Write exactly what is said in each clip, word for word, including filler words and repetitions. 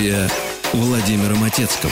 Студия Владимира Матецкого.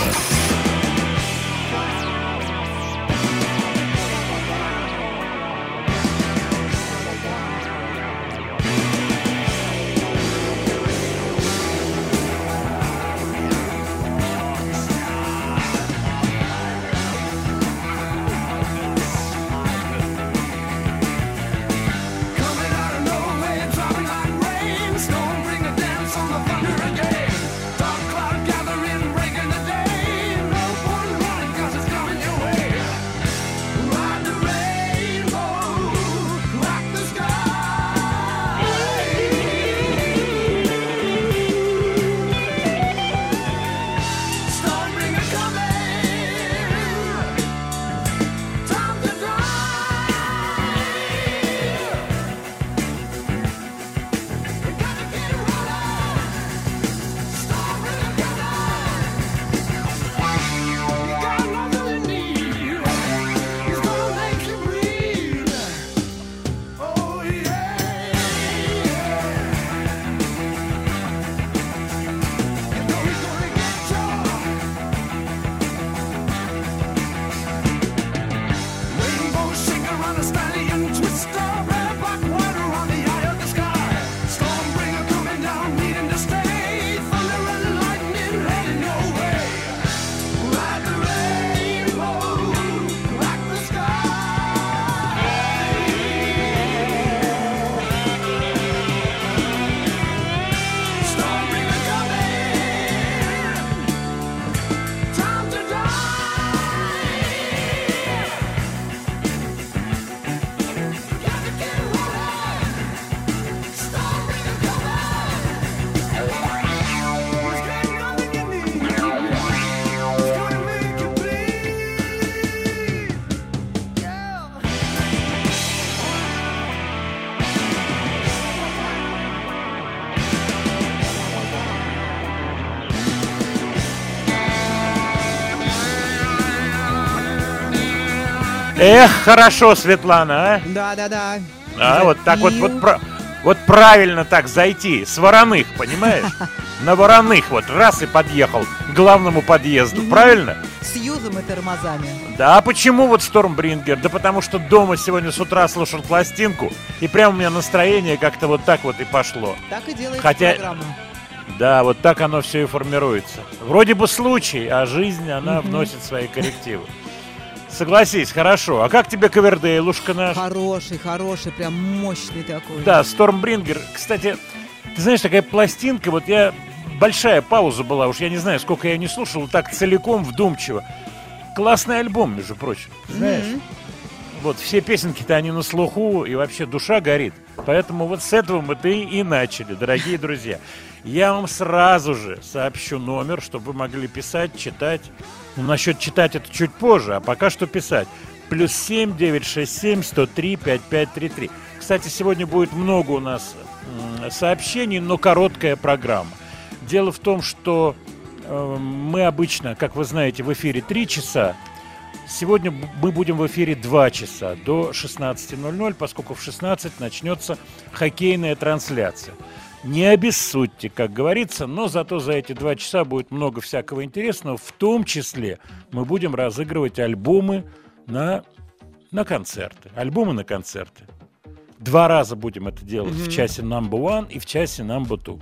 Эх, хорошо, Светлана, а? Да, да, да. А, Запил. вот так вот, вот, про, вот правильно так зайти, с Вороных, понимаешь? На Вороных вот раз и подъехал к главному подъезду, правильно? С юзом и тормозами. Да, а почему вот Стормбрингер? Да потому что дома сегодня с утра слушал пластинку, и прям у меня настроение как-то вот так вот и пошло. Так и делает Хотя... программу. Да, вот так оно все и формируется. Вроде бы случай, а жизнь, она Мгм. вносит свои коррективы. Согласись, хорошо. А как тебе Ковердейлушка наш? Хороший, хороший, прям мощный такой. Да, Стормбрингер. Кстати, ты знаешь, такая пластинка, вот я... Большая пауза была, уж я не знаю, сколько я не слушал, так целиком, вдумчиво. Классный альбом, между прочим, знаешь. Мгм. Вот, все песенки-то они на слуху, и вообще душа горит. Поэтому вот с этого мы-то и начали, дорогие друзья. Я вам сразу же сообщу номер, чтобы вы могли писать, читать. Ну, насчет читать это чуть позже, а пока что писать. Плюс семь девятьсот шестьдесят семь сто три пятьдесят пять тридцать три. Кстати, сегодня будет много у нас м, сообщений, но короткая программа. Дело в том, что э, мы обычно, как вы знаете, в эфире три часа. Сегодня мы будем в эфире два часа до шестнадцати ноль-ноль, поскольку в шестнадцать начнется хоккейная трансляция. Не обессудьте, как говорится, но зато за эти два часа будет много всякого интересного. В том числе мы будем разыгрывать альбомы на, на концерты. Альбомы на концерты. Два раза будем это делать, Мгм. в часе number one и в часе number two.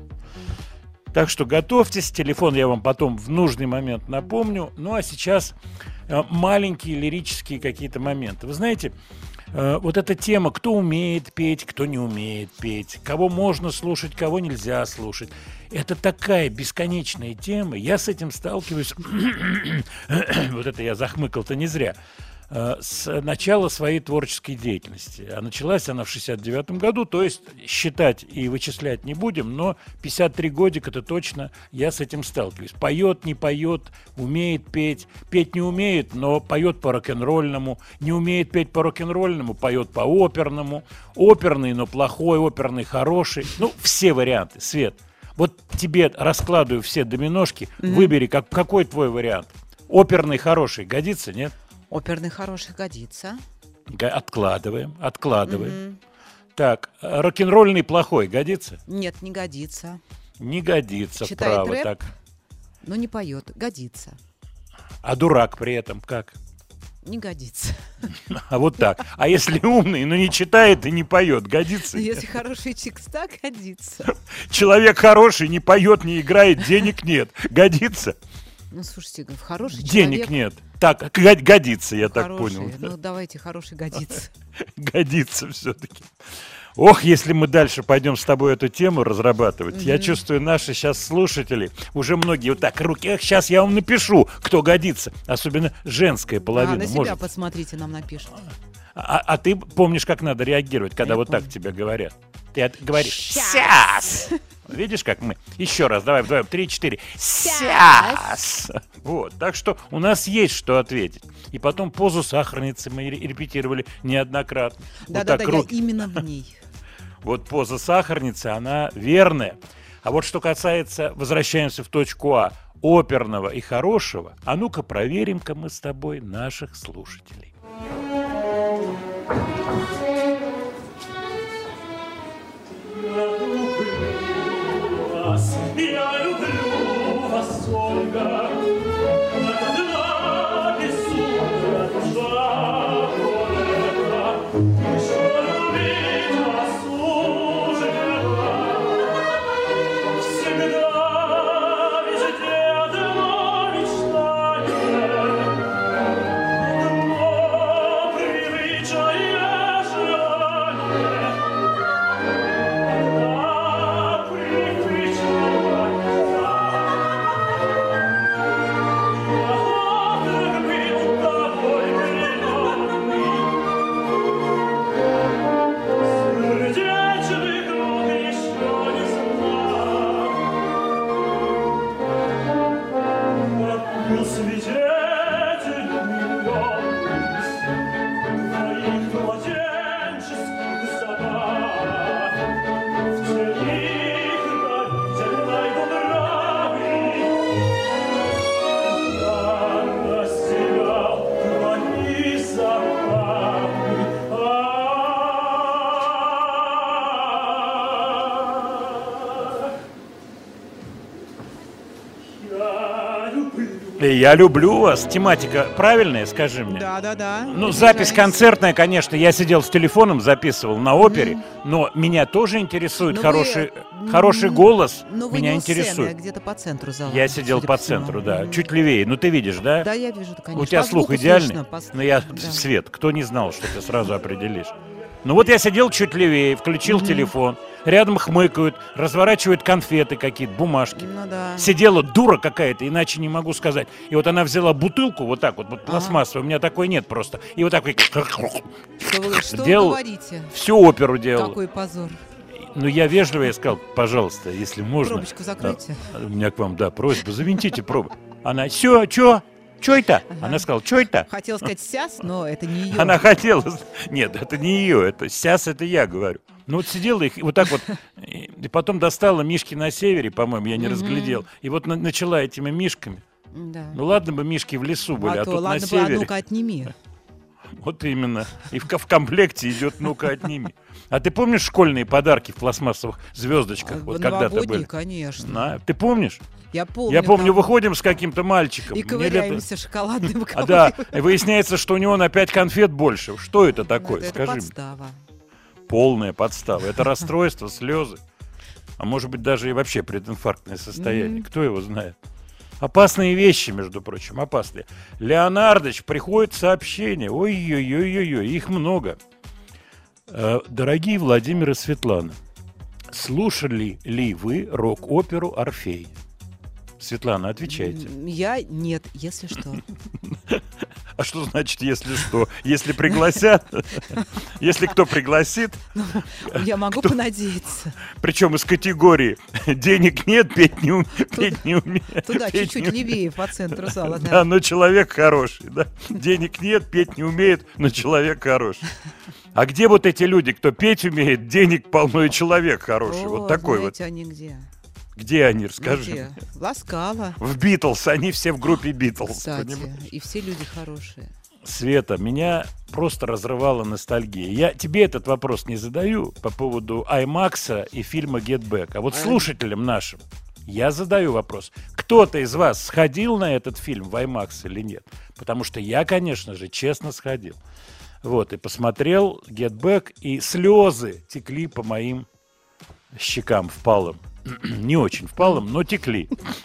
Так что готовьтесь, телефон я вам потом в нужный момент напомню. Ну а сейчас э, маленькие лирические какие-то моменты. Вы знаете, э, вот эта тема, кто умеет петь, кто не умеет петь, кого можно слушать, кого нельзя слушать. Это такая бесконечная тема. Я с этим сталкиваюсь. Вот это я захмыкал-то не зря. Э, С начала своей творческой деятельности. А началась она в шестьдесят девятом году, то есть считать и вычислять не будем, но пятьдесят три годика это точно я с этим сталкиваюсь. Поет, не поет, умеет петь, петь не умеет, но поет по рок-н-ролльному, не умеет петь по рок-н-ролльному, поет по оперному, оперный, но плохой, оперный хороший. Ну, все варианты, Свет. Вот тебе раскладываю все доминошки, Мгм. выбери, как, какой твой вариант. Оперный хороший годится, нет? Оперный хороший годится. Га- Откладываем, откладываем. Мгм. Так, э, рок-н-ролльный плохой годится? Нет, не годится. Не годится, Читает право рэп? так. но не поет. Годится. А дурак при этом как? Не годится. А вот так. А если умный, но не читает и не поет, годится? Если хорошие текста, годится. Человек хороший, не поет, не играет, денег нет. Годится? Ну, слушайте, хороший Денег человек... нет. Так, г- годится, я так Хороший. понял. Ну, давайте, хороший годится. Годится все-таки. Ох, если мы дальше пойдем с тобой эту тему разрабатывать, mm-hmm. я чувствую, наши сейчас слушатели, уже многие вот так, руки, эх, сейчас я вам напишу, кто годится. Особенно женская половина. А, на себя может. посмотрите, нам напишут. А, а ты помнишь, как надо реагировать, когда Я вот помню. так тебе говорят? Ты от- говоришь Щас. «Сейчас». Видишь, как мы? Еще раз, давай вдвоем. Три-четыре. Сейчас. Вот. Так что у нас есть что ответить. И потом позу сахарницы мы ре- репетировали неоднократно. Вот Да-да-да, так я руки. именно в ней. Вот поза сахарницы, она верная. А вот что касается, возвращаемся в точку А, оперного и хорошего, а ну-ка проверим-ка мы с тобой наших слушателей. Я люблю вас, Ольга, когда безумная душа горека, еще любить вас суждено. Всегда, везде одно мечтание, но привычное желание. Я люблю вас. Тематика правильная, скажи мне? Да-да-да. Ну, запись концертная, конечно. Я сидел с телефоном, записывал на опере, но меня тоже интересует Но хороший, вы, хороший м, голос. Но вы Меня не у сцены, интересует. а где-то по центру зала. Я сидел судя по всему. центру, да, Мгм. чуть левее. Ну, ты видишь, да? Да, я вижу, конечно. У тебя По слух звуку идеальный? слышно, по- Ну, я да. Свет, кто не знал, что ты сразу определишь. Ну вот я сидел чуть левее, включил телефон, рядом хмыкают, разворачивают конфеты какие-то, бумажки. Ну да. Сидела дура какая-то, иначе не могу сказать. И вот она взяла бутылку, вот так вот, вот пластмассовую, у меня такой нет просто. И вот так вот Что вы, что вы делал, говорите? всю оперу делал. Какой позор. Ну я вежливо ей сказал, пожалуйста, если можно. Пробочку закройте. А, У меня к вам, да, просьба, завинтите пробу. Она, все, чё? Чё это? Она сказала, чё это? Хотела сказать «сяс», но это не ее. Она хотела... Нет, это не ее, это сейчас это я говорю. Ну вот сидела их вот так вот, и и потом достала мишки на севере, по-моему, я не разглядел. И вот на- начала этими мишками. Да. Ну ладно бы мишки в лесу были, а, а то, тут на ладно бы, а севере. ну-ка отними. Вот именно. И в, ко- в комплекте идет ну-ка отними. А ты помнишь школьные подарки в пластмассовых звездочках? А, Вот когда-то новогодние, были. конечно. На, ты помнишь? Я помню. Я помню, там выходим с каким-то мальчиком. И мне лет- ковыряемся шоколадным А да, и выясняется, что у него на пять конфет больше. Что это такое? Это Скажи мне. подстава. Полная подстава. Это расстройство, слезы. А может быть, даже и вообще прединфарктное состояние. Мгм. Кто его знает? Опасные вещи, между прочим, опасные. Леонардович, приходит сообщение. Ой-ой-ой-ой-ой, их много. Э, Дорогие Владимир и Светлана, слушали ли вы рок-оперу «Орфей»? Светлана, отвечайте. М, Я нет, если что. А что значит, если что? Если пригласят, если кто пригласит, Я могу понадеяться. причем из категории денег нет, петь не, ум- петь не умеет. Туда, петь чуть-чуть не- левее, по центру зала. Да, Да. но человек хороший, да. Денег нет, петь не умеет, но человек хороший. А где вот эти люди, кто петь умеет, денег полно и человек хороший? О, Вот такой вот. знаете, они где? Где они, расскажи. Где? Ласкала, В Битлз, они все в группе Битлз. кстати. понимаешь? И все люди хорошие. Света, меня просто разрывала ностальгия. Я тебе этот вопрос не задаю по поводу Аймакса и фильма Get Back. А вот А. слушателям нашим, Я задаю вопрос. Кто-то из вас сходил на этот фильм в IMAX или нет? Потому что я, конечно же, честно сходил. Вот, и посмотрел Get Back, и слезы текли по моим щекам впалым. Не очень впалым, но текли.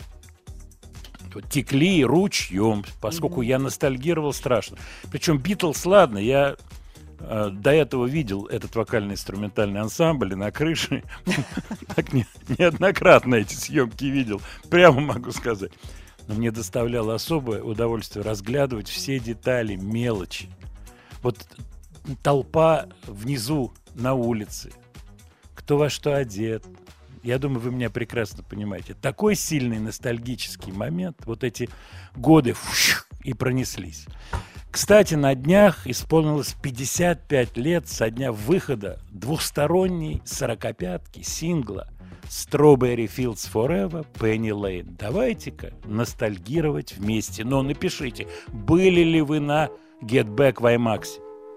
Текли ручьем, поскольку я ностальгировал страшно. Причем Битлз, ладно, я э, до этого видел этот вокально-инструментальный ансамбль и на крыше. Так не, неоднократно эти съемки видел, прямо могу сказать. Но мне доставляло особое удовольствие разглядывать все детали, мелочи. Вот толпа внизу на улице, кто во что одет. Я думаю, вы меня прекрасно понимаете. Такой сильный ностальгический момент. Вот эти годы фуш, и пронеслись. Кстати, на днях исполнилось пятьдесят пять лет со дня выхода двухсторонней сорокопятки сингла Strawberry Fields Forever, Penny Lane. Давайте-ка ностальгировать вместе. Но напишите, были ли вы на Get Back в IMAX?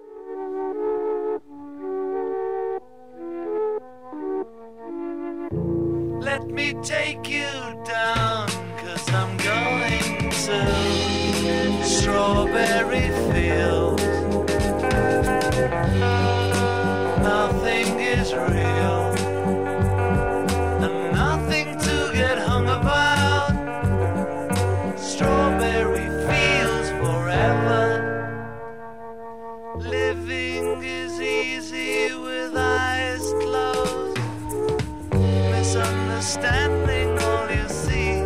Let me take you down, 'cause I'm going to Strawberry Fields. Nothing is real, and nothing to get hung about. Strawberry Fields forever. Living is easy with eyes closed. Misunderstanding all you see.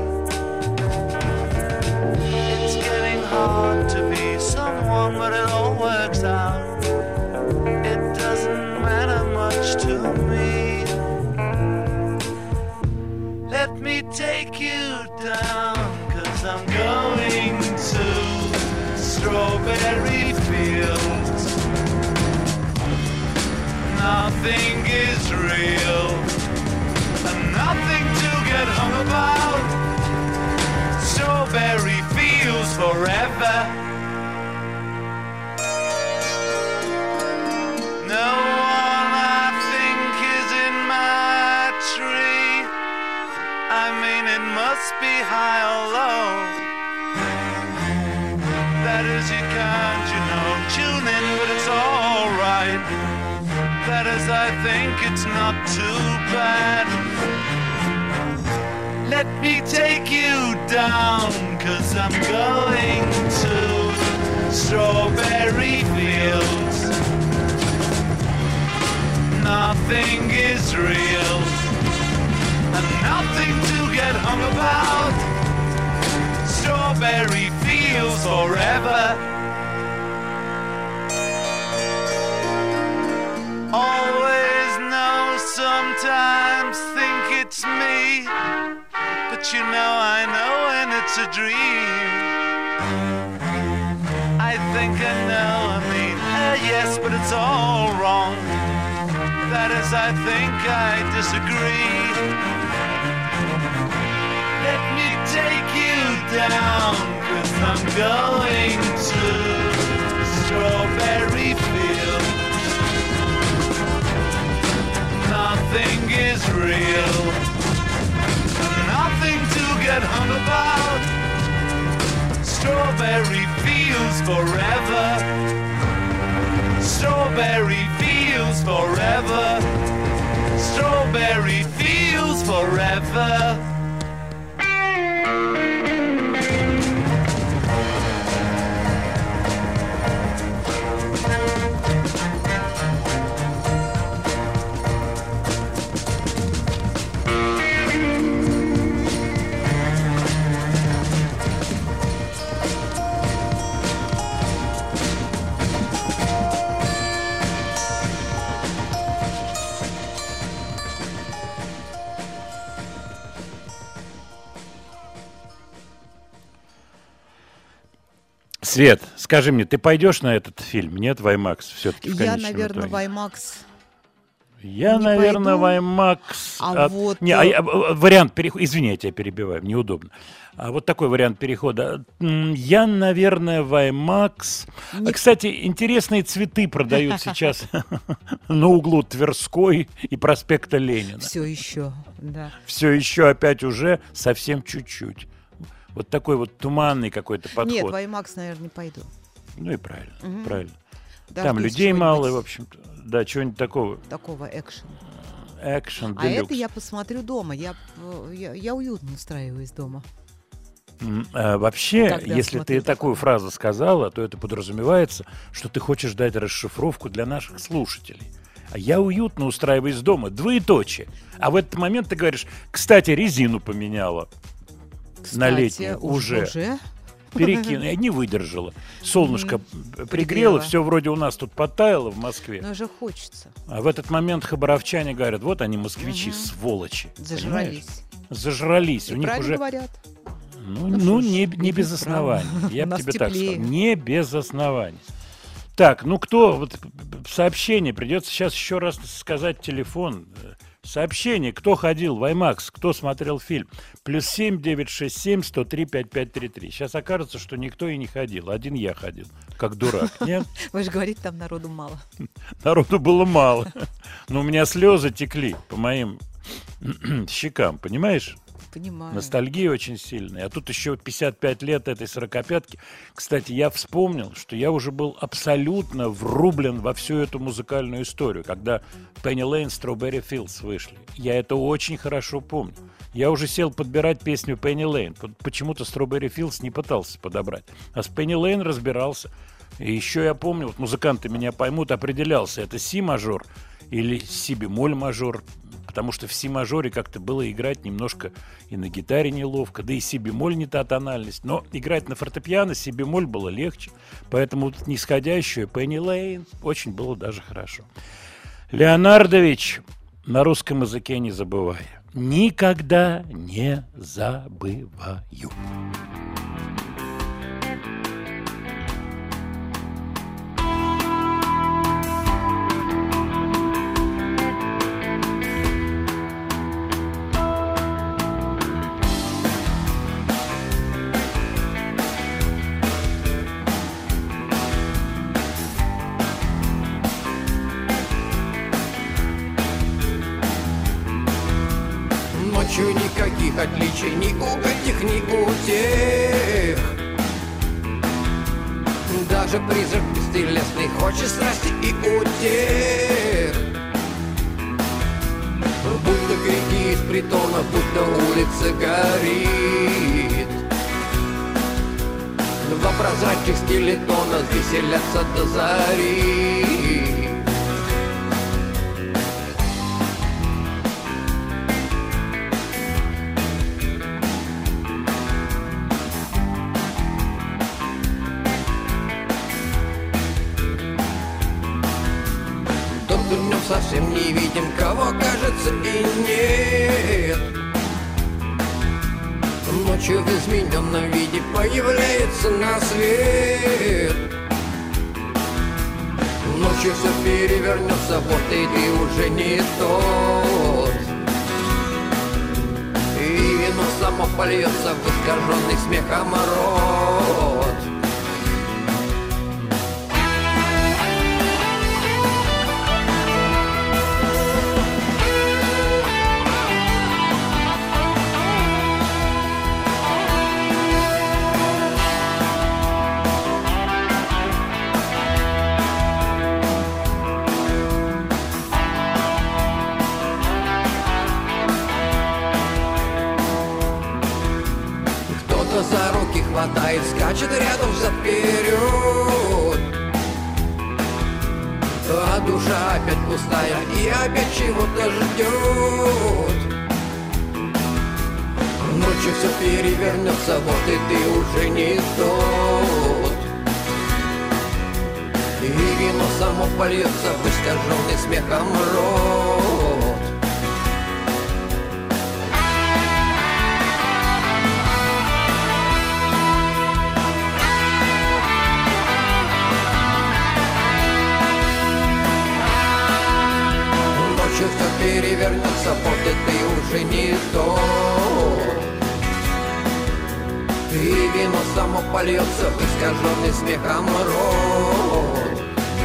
It's getting hard to be someone, but it all works out. It doesn't matter much to me. Let me take you down, 'cause I'm going to Strawberry Fields. Nothing is real, and nothing to get hung about. Strawberry Fields forever. No one I think is in my tree. I mean, it must be high or low. That is, you can't, you know, tune in, but it's alright. That is, I think it's not too bad. Let me take you down, 'cause I'm going to Strawberry Fields. Nothing is real, and nothing to get hung about. Strawberry Fields forever. Always know, sometimes think it's me, but you know I know when it's a dream. I think I know, I mean, uh, yes, but it's all wrong. That is, I think I disagree. Let me take you down, 'cause I'm going to Strawberry Fields. Nothing is real, nothing to get hung about. Strawberry Fields forever. Strawberry Fields forever. Strawberry Fields forever. Свет, скажи мне, ты пойдешь на этот фильм? Нет, в IMAX все-таки в Я, конечном наверное, итоге? в IMAX Я, Не наверное, пойду. WiMAX... А от- вот, Не, э, а я- а, вариант перехода... Извини, я тебя перебиваю, неудобно. А вот такой вариант перехода. М, Я, наверное, WiMAX... А, Не- кстати, интересные цветы продают сейчас на углу Тверской и проспекта Ленина. Все еще, да. Все еще опять уже совсем чуть-чуть. Вот такой вот туманный какой-то подход. Нет, WiMAX, наверное, не пойду. Ну и правильно, Мгм. правильно. Дождусь Там людей чего-нибудь мало, и, в общем-то. Да, чего-нибудь такого. Такого экшена. Экшен, А это делюкс. я посмотрю дома. Я, э, я, я уютно устраиваюсь дома. М, а вообще, Когда если смотрю ты такую фразу сказала, то это подразумевается, что ты хочешь дать расшифровку для наших слушателей. А я уютно устраиваюсь дома. Двоеточие. А в этот момент ты говоришь, кстати, резину поменяла. На Кстати, летнюю уж- уже. уже? Перекину. Я не выдержала. Солнышко пригрело, пригрело. все вроде у нас тут подтаяло в Москве. Но уже хочется. А в этот момент хабаровчане говорят, вот они, москвичи, Мгм. сволочи. Понимаешь? Зажрались. Зажрались. И У них правильно уже... говорят. Ну, Ну ну что ж, не, их не без не право. оснований. Я У бы нас тебе так теплее. сказал. Не без оснований. Так, ну кто? Вот сообщение. Придется сейчас еще раз сказать телефон. Сообщение. Кто ходил в IMAX? Кто смотрел фильм? Плюс семь девять шесть семь сто три пять пять три три. Сейчас окажется, что никто и не ходил. Один я ходил. Как дурак. Нет? Вы же говорите, там народу мало. Народу было мало. Но у меня слезы текли по моим щекам. Понимаешь? Понимаю. Ностальгия очень сильная. А тут еще пятьдесят пять лет этой сорокопятки. Кстати, я вспомнил, что я уже был абсолютно врублен во всю эту музыкальную историю, когда Penny Lane, Strawberry Fields вышли. Я это очень хорошо помню. Я уже сел подбирать песню Penny Lane. П- Почему-то Strawberry Fields не пытался подобрать. А с Penny Lane разбирался. И еще я помню, вот музыканты меня поймут, определялся, это си-мажор или си-бемоль мажор. Потому что в си-мажоре как-то было играть немножко и на гитаре неловко, да и си-бемоль не та тональность. Но играть на фортепиано си-бемоль было легче. Поэтому вот нисходящую Penny Lane очень было даже хорошо. Леонардович, на русском языке не забывая. Никогда не забываю. Ночью никаких отличий ни у этих, ни у тех. Даже призрак бестелесный хочет страсти и утех. Будто крики из притона, будто улица горит. Два прозрачных скелетона веселятся до зари. Тот днем совсем не видим, кого кажется и нет. Ночью в измененном виде появляется на свет. Ночью все перевернется, вот и ты уже не тот. И вино само польется в искаженный смехом рот. Кто-то за руки хватает, скачет рядом взад-вперед. А душа опять пустая и опять чего-то ждет. Ночью все перевернется, вот и ты уже не тот. И вино само польется в искаженный смехом рот. перевернется, вот и ты уже не тот. И вино само польется в искаженный смехом рот.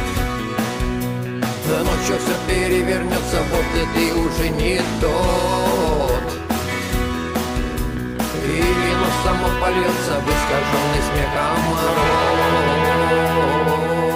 Ночью все перевернется, вот и ты уже не тот. И вино само польется в искаженный смехом рот.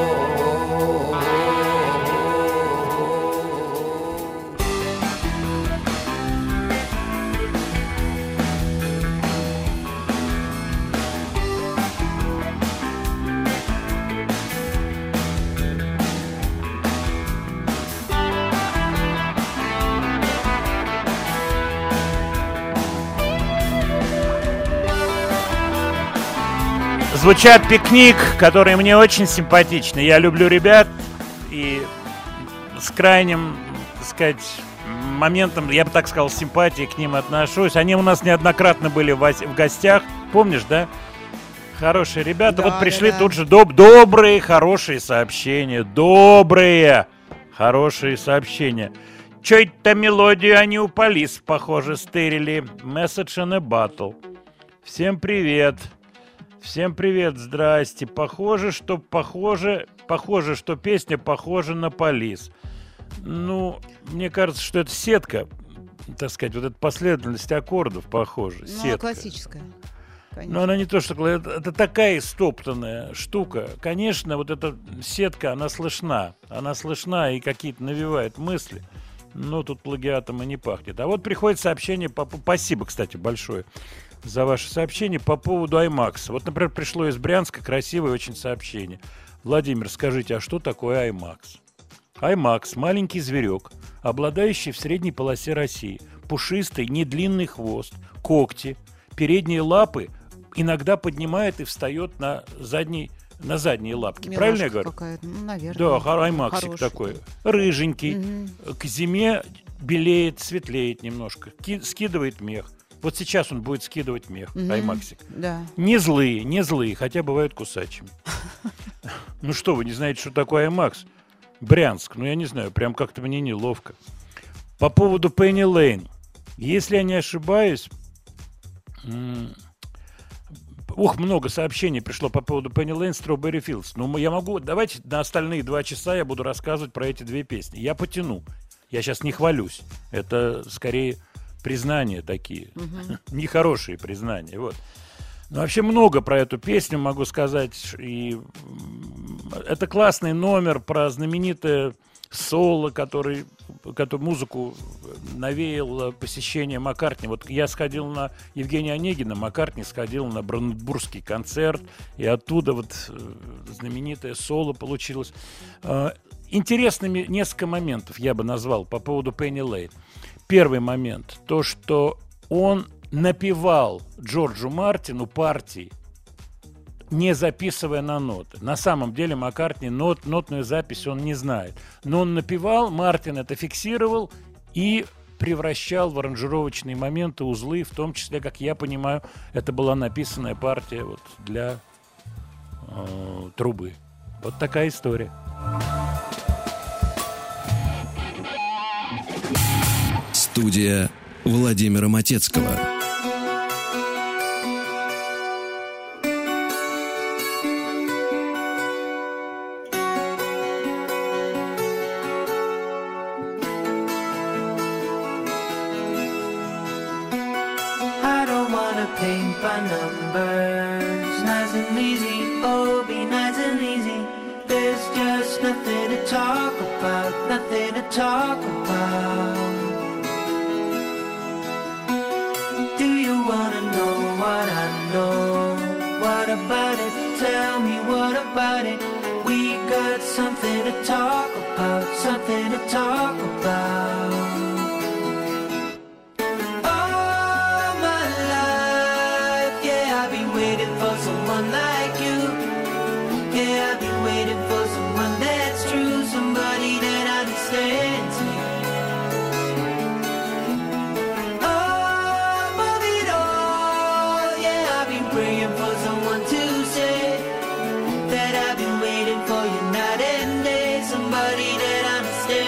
Звучат «Пикник», которые мне очень симпатичны. Я люблю ребят, и с крайним, так сказать, моментом, я бы так сказал, симпатии к ним отношусь. Они у нас неоднократно были в гостях, помнишь, да? Хорошие ребята. Да, вот пришли да, да. тут же доб- добрые, хорошие сообщения. Добрые, хорошие сообщения. Чё-то мелодию они у Полис, похоже, стырили. Message in a bottle. Всем привет. Всем привет, здрасте. Похоже, что похоже, похоже, что песня похожа на Полис. Ну, мне кажется, что это сетка, так сказать, вот эта последовательность аккордов похожа. Ну, сетка. классическая. Конечно. Но она не то, что... Это, это такая истоптанная штука. Конечно, вот эта сетка, она слышна. Она слышна и какие-то навевает мысли. Но тут плагиатом и не пахнет. А вот приходит сообщение... По... Спасибо, кстати, большое за ваше сообщение по поводу IMAX. Вот, например, пришло из Брянска красивое очень сообщение. Владимир, скажите, а что такое IMAX? IMAX – маленький зверек, обладающий в средней полосе России. Пушистый, недлинный хвост, когти, передние лапы иногда поднимает и встает на, задней, на задние лапки. Милашка Правильно я говорю? какая-то. Ну, наверное. Да, IMAXик Хороший. такой. Рыженький. Мгм. К зиме белеет, светлеет немножко. Ки- скидывает мех. Вот сейчас он будет скидывать мех, Мгм. IMAXик. Да. Не злые, не злые, хотя бывают кусачими. Ну что, вы не знаете, что такое IMAX? Брянск, ну я не знаю, прям как-то мне неловко. По поводу Penny Lane. Если я не ошибаюсь... м, Ух, много сообщений пришло по поводу Penny Lane, Strawberry Fields. Ну, я могу... Давайте на остальные два часа я буду рассказывать про эти две песни. Я потяну. Я сейчас не хвалюсь. Это скорее признания такие. Нехорошие признания. Вот. Ну, вообще много про эту песню могу сказать. И м, это классный номер про знаменитое соло, который, который музыку навеял посещение Маккартни. Вот я сходил на Евгения Онегина, Маккартни сходил на Бранденбургский концерт, и оттуда вот э, знаменитое соло получилось. Э, Интересными несколько моментов я бы назвал по поводу Penny Lane. Первый момент, то, что он напевал Джорджу Мартину партии, не записывая на ноты. На самом деле Маккартни нот, нотную запись он не знает. Но он напевал, Мартин это фиксировал и превращал в аранжировочные моменты, узлы, в том числе, как я понимаю, это была написанная партия вот для э, трубы. Вот такая история. Студия Владимира Матецкого. I don't wanna paint by numbers. Nice and easy, oh, be nice and easy. There's just nothing to talk about, nothing to talk about. Do you wanna know what I know? What about it? Tell me what about it? We got something to talk about, something to talk about. All my life, yeah, I've been waiting for someone like you. Yeah, I've been waiting for someone that's true, somebody that understands me. All of it all, yeah, I've been praying for someone to say that I've been waiting for you night and day, somebody that understands.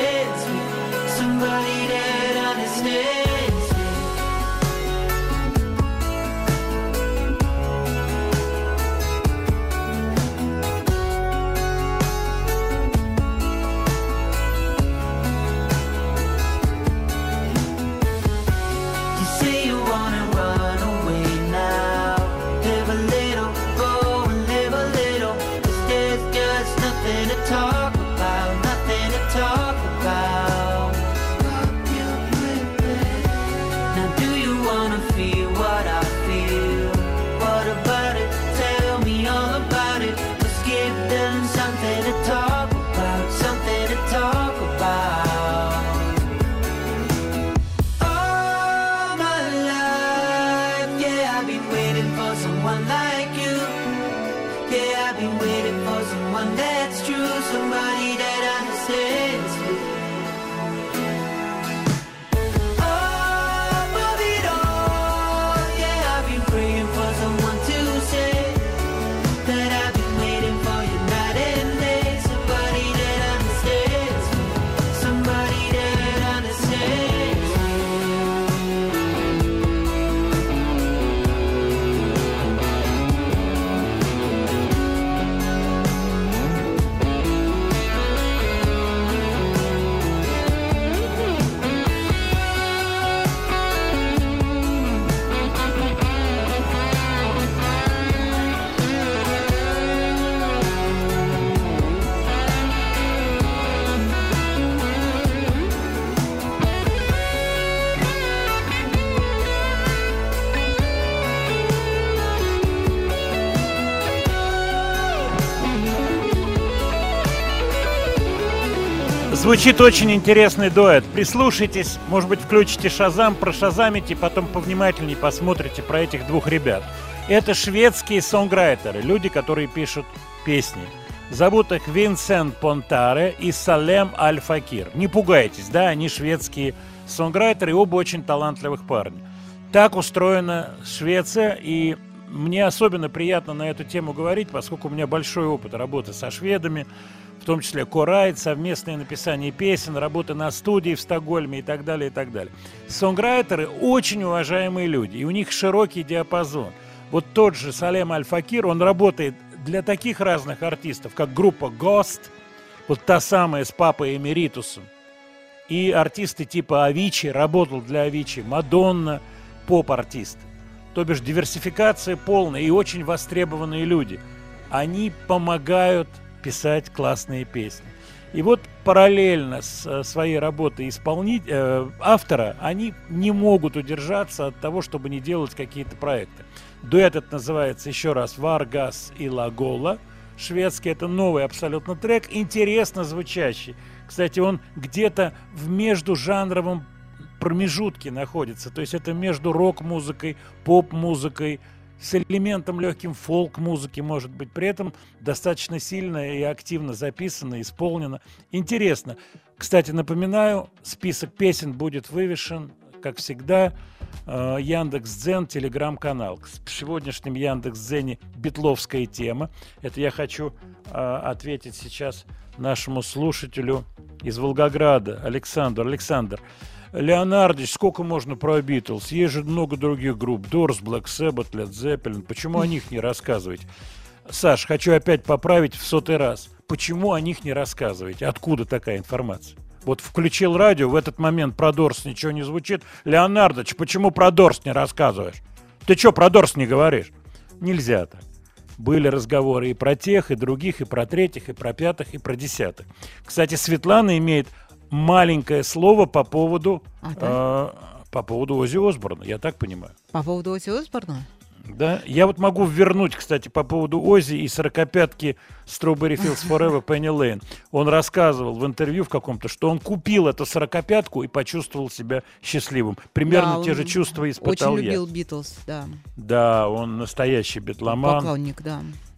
nothing to talk about, nothing to talk about. Now do you wanna feel what I feel? What about it? Tell me all about it. Let's give them something to talk about, something to talk about. All my life, yeah, I've been waiting for someone like you. Yeah, I've been waiting for someone that's true, somebody that understands me. Oh, above it all, yeah, I've been praying for someone to say that I've been waiting for you night and day. Somebody that understands me, somebody that understands me. Звучит очень интересный дуэт. Прислушайтесь, может быть, включите Шазам, прошазамите, потом повнимательнее посмотрите про этих двух ребят. Это шведские сонграйтеры, люди, которые пишут песни. Зовут их Винсент Понтаре и Салем Аль-Факир. Не пугайтесь, да, они шведские сонграйтеры, и оба очень талантливых парня. Так устроена Швеция, и мне особенно приятно на эту тему говорить, поскольку у меня большой опыт работы со шведами, в том числе корайт, совместное написание песен, работа на студии в Стокгольме и так далее, и так далее. Сонграйтеры очень уважаемые люди, и у них широкий диапазон. Вот тот же Салем Аль-Факир, он работает для таких разных артистов, как группа Ghost, вот та самая с папой Эмеритусом, и артисты типа Авичи, работал для Авичи, Мадонна, поп-артисты. То бишь диверсификация полная и очень востребованные люди. Они помогают писать классные песни. И вот параллельно с своей работой исполнителя, э, автора, они не могут удержаться от того, чтобы не делать какие-то проекты. Дуэт этот называется, еще раз, «Варгас и Лагола». Шведский, это новый абсолютно трек, интересно звучащий. Кстати, он где-то в междужанровом промежутке находится. То есть это между рок-музыкой, поп-музыкой, с элементом легким фолк-музыки, может быть, при этом достаточно сильно и активно записано, исполнено. Интересно. Кстати, напоминаю, список песен будет вывешен, как всегда, Яндекс.Дзен, телеграм-канал. В сегодняшнем Яндекс.Дзене битловская тема. Это я хочу ответить сейчас нашему слушателю из Волгограда, Александру. Александр, Леонардович, сколько можно про Битлз? Есть же много других групп. Дорс, Black Sabbath, Led Zeppelin. Почему о них не рассказываете? Саш, хочу опять поправить в сотый раз. Почему о них не рассказываете? Откуда такая информация? Вот включил радио, в этот момент про Дорс ничего не звучит. Леонардович, почему про Дорс не рассказываешь? Ты что, про Дорс не говоришь? Нельзя так. Были разговоры и про тех, и других, и про третьих, и про пятых, и про десятых. Кстати, Светлана имеет маленькое слово по поводу, А, да? э, по поводу Оззи Осборна, я так понимаю. По поводу Оззи Осборна? Да, я вот могу вернуть, кстати, по поводу Оззи и сорокопятки Strawberry Fields Forever Penny Lane. Он рассказывал в интервью в каком-то, что он купил эту сорокопятку и почувствовал себя счастливым. Примерно Да, те же он чувства испытал Очень я. любил Битлз, да. Да, он настоящий битломан. Поклонник, да.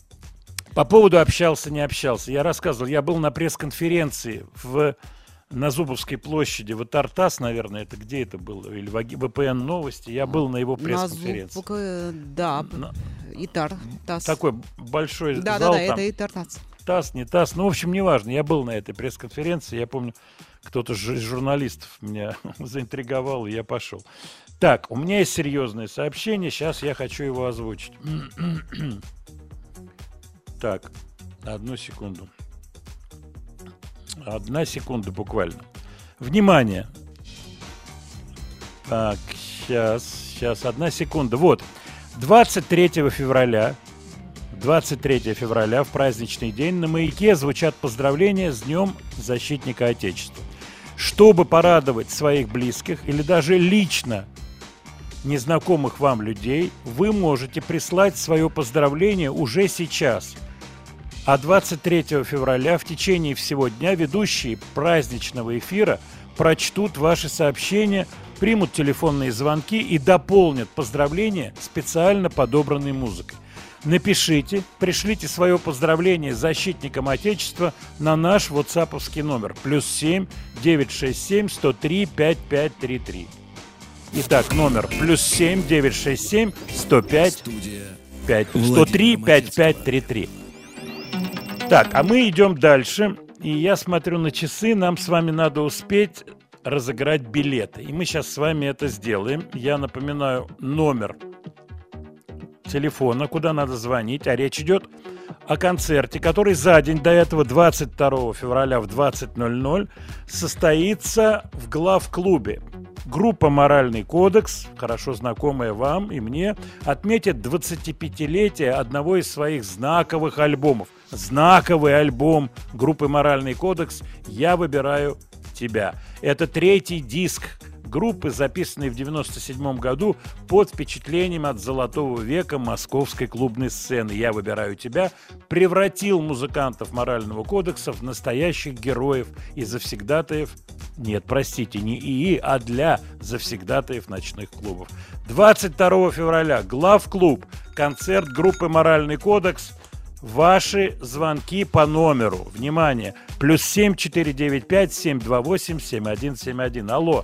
По поводу общался, не общался. Я рассказывал, я был на пресс-конференции в... на Зубовской площади, в Тартас, наверное, это где это было? Или вэ пэ эн новости. Я был на его пресс-конференции. На Зуб- да, На- Итар, ТАСС. Такой большой Да, зал да, да, там. это Итар ТАСС. ТАСС, не ТАСС. Ну, в общем, неважно. Я был на этой пресс-конференции. Я помню, кто-то из журналистов меня заинтриговал, и я пошел. Так, у меня есть серьезное сообщение. Сейчас я хочу его озвучить. Так, одну секунду. Одна секунда буквально. Внимание. Так, сейчас, сейчас, одна секунда. Вот, двадцать третьего февраля двадцать третьего февраля, в праздничный день, на «Маяке» звучат поздравления с Днем Защитника Отечества. Чтобы порадовать своих близких или даже лично незнакомых вам людей, вы можете прислать свое поздравление уже сейчас. А двадцать третьего февраля в течение всего дня ведущие праздничного эфира прочтут ваши сообщения, примут телефонные звонки и дополнят поздравления специально подобранной музыкой. Напишите, пришлите свое поздравление с защитником Отечества на наш ватсаповский номер плюс семь девятьсот шестьдесят семь сто три пятьдесят пять тридцать три. Итак, номер плюс семь девятьсот шестьдесят семь сто пять сто три пятьдесят пять тридцать три. Так, а мы идем дальше. И я смотрю на часы, нам с вами надо успеть разыграть билеты. И мы сейчас с вами это сделаем. Я напоминаю номер телефона, куда надо звонить. А речь идет о концерте, который за день до этого, двадцать второго февраля в двадцать ноль ноль, состоится в главклубе. Группа «Моральный кодекс», хорошо знакомая вам и мне, отметит двадцатипятилетие одного из своих знаковых альбомов. Знаковый альбом группы «Моральный кодекс» «Я выбираю тебя». Это третий диск группы, записанный в девяносто седьмом году под впечатлением от золотого века московской клубной сцены. «Я выбираю тебя» превратил музыкантов «Морального кодекса» в настоящих героев и завсегдатаев, нет, простите, не ИИ, а для завсегдатаев ночных клубов. двадцать второго февраля главклуб, концерт группы «Моральный кодекс». Ваши звонки по номеру, внимание, плюс семь четыре девять пять семь два восемь семь один семь один. Алло.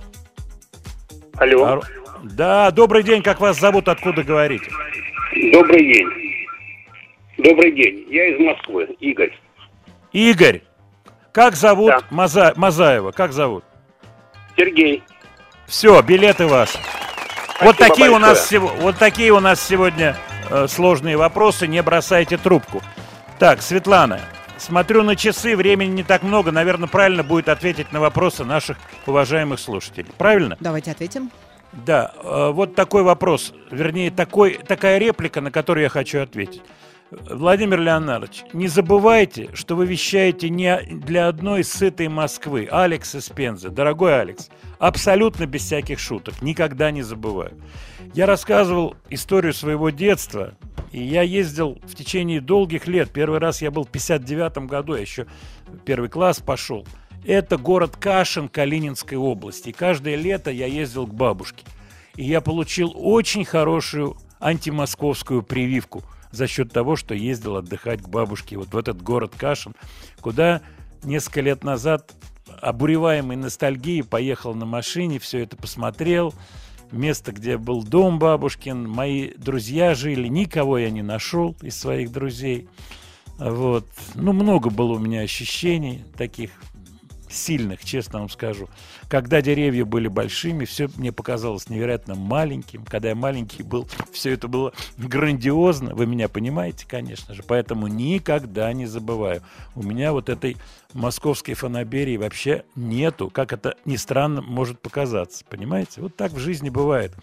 Алло. Алло. Да, добрый день, как вас зовут, откуда говорите? Добрый день. Добрый день, я из Москвы, Игорь. Игорь, как зовут Да. Маза... Мазаева, как зовут? Сергей. Все, билеты ваши. Спасибо Вот такие, у большое. нас, сего- вот такие у нас сегодня э, сложные вопросы, не бросайте трубку. Так, Светлана, смотрю на часы, времени не так много, наверное, правильно будет ответить на вопросы наших уважаемых слушателей. Правильно? Давайте ответим. Да, э, вот такой вопрос, вернее, такой, такая реплика, на которую я хочу ответить. Владимир Леонардович, не забывайте, что вы вещаете не для одной сытой Москвы. Алекс из Пензы. Дорогой Алекс, абсолютно без всяких шуток, никогда не забываю. Я рассказывал историю своего детства, и я ездил в течение долгих лет. Первый раз я был в пятьдесят девятом году, я еще первый класс пошел. Это город Кашин Калининской области. И каждое лето я ездил к бабушке. И я получил очень хорошую антимосковскую прививку за счет того, что ездил отдыхать к бабушке вот в этот город Кашин, куда несколько лет назад, обуреваемый ностальгией, поехал на машине, все это посмотрел. Место, где был дом бабушкин, мои друзья жили, никого я не нашел из своих друзей. Вот. Ну, много было у меня ощущений таких сильных, честно вам скажу. Когда деревья были большими, все мне показалось невероятно маленьким. Когда я маленький был, все это было грандиозно. Вы меня понимаете, конечно же. Поэтому никогда не забываю. У меня вот этой московской фанаберии вообще нету. Как это ни странно может показаться. Понимаете? Вот так в жизни бывает.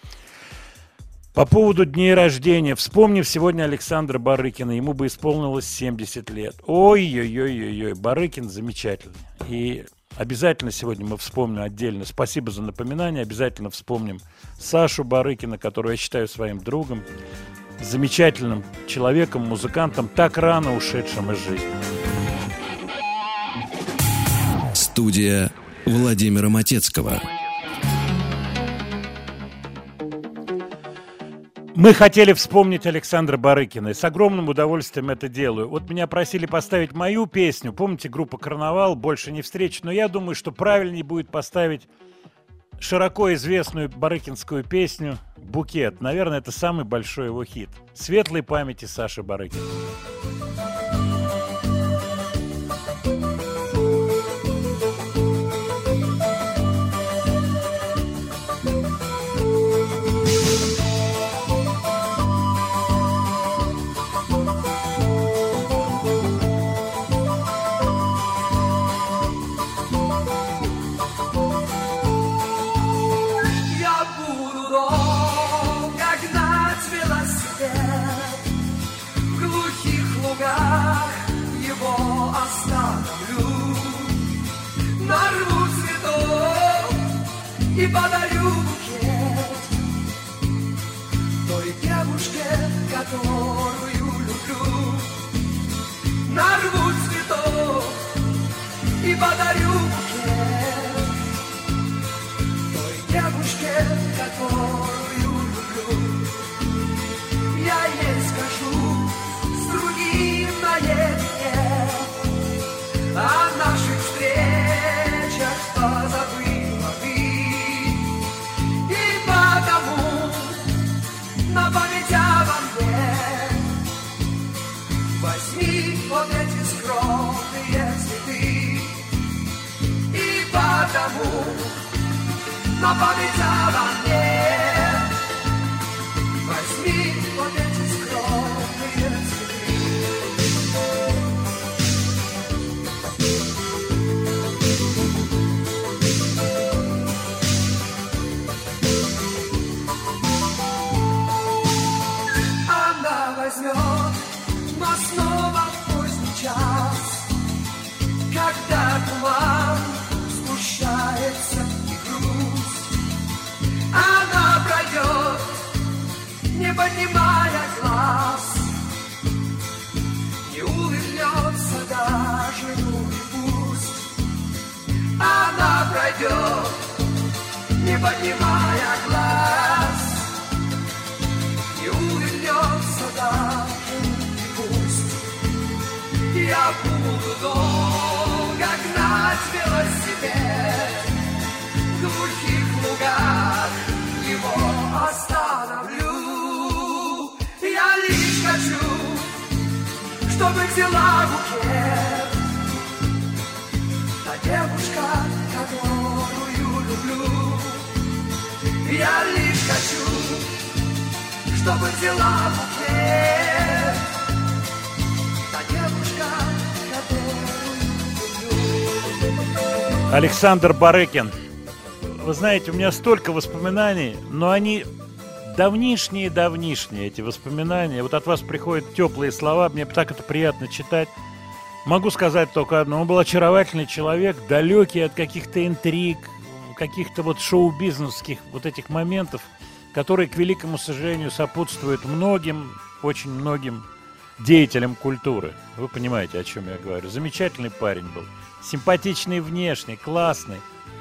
По поводу дней рождения. Вспомнив сегодня Александра Барыкина, ему бы исполнилось семьдесят лет. Ой-ой-ой-ой-ой, Барыкин замечательный. И обязательно сегодня мы вспомним отдельно. Спасибо за напоминание. Обязательно вспомним Сашу Барыкина, которого я считаю своим другом, замечательным человеком, музыкантом, так рано ушедшим из жизни. Студия Владимира Матецкого. Мы хотели вспомнить Александра Барыкина, и с огромным удовольствием это делаю. Вот меня просили поставить мою песню, помните группа «Карнавал», «Больше не встреч», но я думаю, что правильнее будет поставить широко известную барыкинскую песню «Букет». Наверное, это самый большой его хит. Светлой памяти Саши Барыкина. Глухих и подарю букет той девушке, которую люблю. Нарву цветов и подарю букет той девушке, которую люблю. Я ей скажу с другим наедине о наших встречах позабыла ты, и потому на память обо мне возьми вот эти скромные цветы, и потому на память обо мне возьми вот эти скромные цветы. Она возьмет, но снова в поздний час, когда туман сгущается и грусть, она пройдет, не поднимая глаз, не улыбнется даже, ну и пусть. Она пройдет, не поднимая глаз, не улыбнется даже, ну и пусть. Я буду долго гнать велосипед в глухих лугах, его остановлю. Я лишь хочу, чтобы взяла букет та девушка, которую люблю. Я лишь хочу, чтобы взяла букет та девушка, которую люблю. Александр Барыкин. Вы знаете, у меня столько воспоминаний, но они давнишние-давнишние, эти воспоминания. Вот от вас приходят теплые слова, мне так это приятно читать. Могу сказать только одно: он был очаровательный человек, далекий от каких-то интриг, каких-то вот шоу-бизнесских вот этих моментов, которые, к великому сожалению, сопутствуют многим, очень многим деятелям культуры. Вы понимаете, о чем я говорю. Замечательный парень был, симпатичный внешне, классный.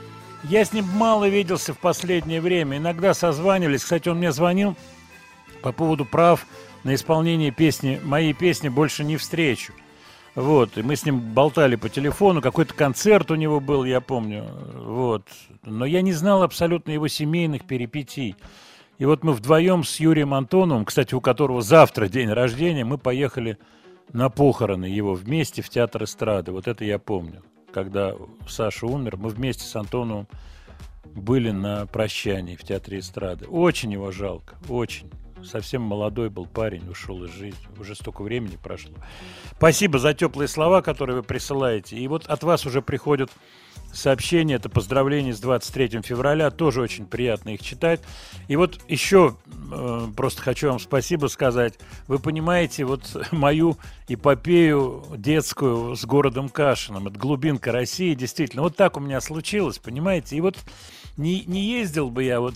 Я с ним мало виделся в последнее время. Иногда созванивались. Кстати, он мне звонил по поводу прав на исполнение песни, моей песни «Больше не встречу». Вот. И мы с ним болтали по телефону. Какой-то концерт у него был, я помню. Вот. Но я не знал абсолютно его семейных перипетий. И вот мы вдвоем с Юрием Антоновым, кстати, у которого завтра день рождения, мы поехали на похороны его вместе в Театр эстрады. Вот это я помню. Когда Саша умер, мы вместе с Антоновым были на прощании в Театре эстрады. Очень его жалко, очень. Совсем молодой был парень, ушел из жизни. Уже столько времени прошло. Спасибо за теплые слова, которые вы присылаете. И вот от вас уже приходят сообщения. Это поздравления с двадцать третьим февраля. Тоже очень приятно их читать. И вот еще э, просто хочу вам спасибо сказать. Вы понимаете вот мою эпопею детскую с городом Кашином. Это глубинка России, действительно. Вот так у меня случилось, понимаете. И вот не, не ездил бы я вот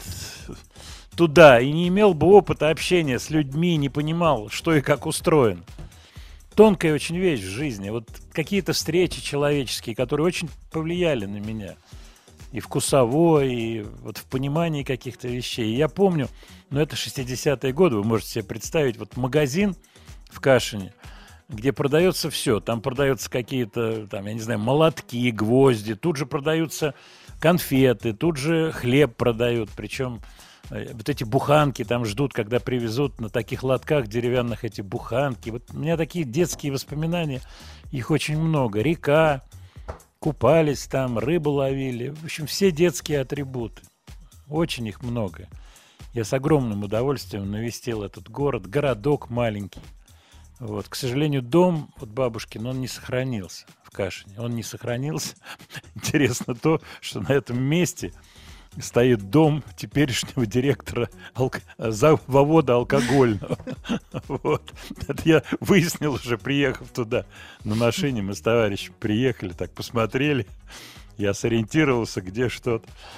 туда и не имел бы опыта общения с людьми, не понимал, что и как устроено. Тонкая очень вещь в жизни. Вот какие-то встречи человеческие, которые очень повлияли на меня. И вкусово, и вот в понимании каких-то вещей. И я помню, ну это шестидесятые годы, вы можете себе представить, вот магазин в Кашине, где продается все. Там продаются какие-то, там, я не знаю, молотки, гвозди. Тут же продаются конфеты, тут же хлеб продают. Причем вот эти буханки там ждут, когда привезут на таких лотках деревянных эти буханки. Вот у меня такие детские воспоминания, их очень много. Река, купались там, рыбу ловили. В общем, все детские атрибуты. Очень их много. Я с огромным удовольствием навестил этот город, городок маленький. Вот. К сожалению, дом от бабушкин, он не сохранился в Кашине. Он не сохранился. Интересно то, что на этом месте стоит дом теперешнего директора алк... завода алкогольного. Вот. Это я выяснил уже, приехав туда на машине. Мы с товарищем приехали, так посмотрели. Я сориентировался, где что-то.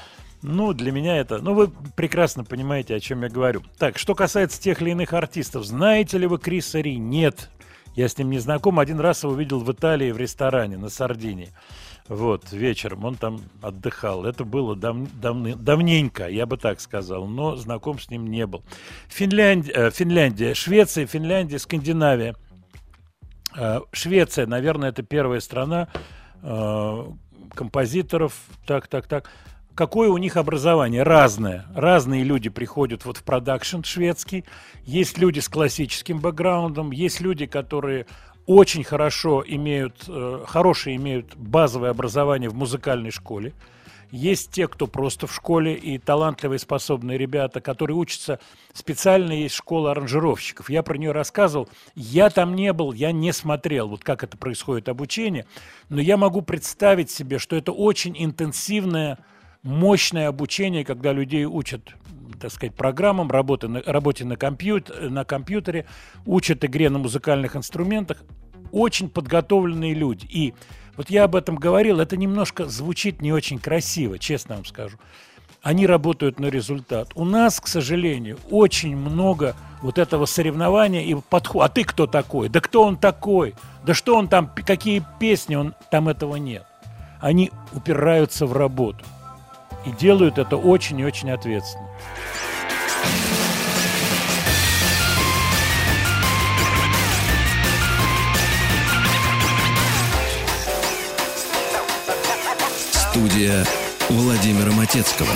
Ну, для меня это... Ну, вы прекрасно понимаете, о чем я говорю. Так, что касается тех или иных артистов. Знаете ли вы Криса Ри? Нет. Я с ним не знаком. Один раз его видел в Италии в ресторане на Сардинии. Вот, вечером он там отдыхал. Это было дав, давны, давненько, я бы так сказал, но знаком с ним не был. Финляндия, э, Финляндия, Швеция, Финляндия, Скандинавия. Э, Швеция, наверное, это первая страна э, композиторов. Так, так, так. Какое у них образование? Разное. Разные люди приходят вот в продакшн шведский. Есть люди с классическим бэкграундом, есть люди, которые очень хорошо имеют, э, хорошее имеют базовое образование в музыкальной школе. Есть те, кто просто в школе, и талантливые, способные ребята, которые учатся. Специально есть школа аранжировщиков. Я про нее рассказывал. Я там не был, я не смотрел, вот как это происходит обучение. Но я могу представить себе, что это очень интенсивное, мощное обучение, когда людей учат, так сказать, программам, работе на, работе на, компьютер, на компьютере, учат игре на музыкальных инструментах. Очень подготовленные люди. И вот я об этом говорил, это немножко звучит не очень красиво, честно вам скажу. Они работают на результат. У нас, к сожалению, очень много вот этого соревнования и подхода. А ты кто такой? Да кто он такой? Да что он там, какие песни? Он, там этого нет. Они упираются в работу. И делают это очень и очень ответственно. Студия Владимира Матецкого.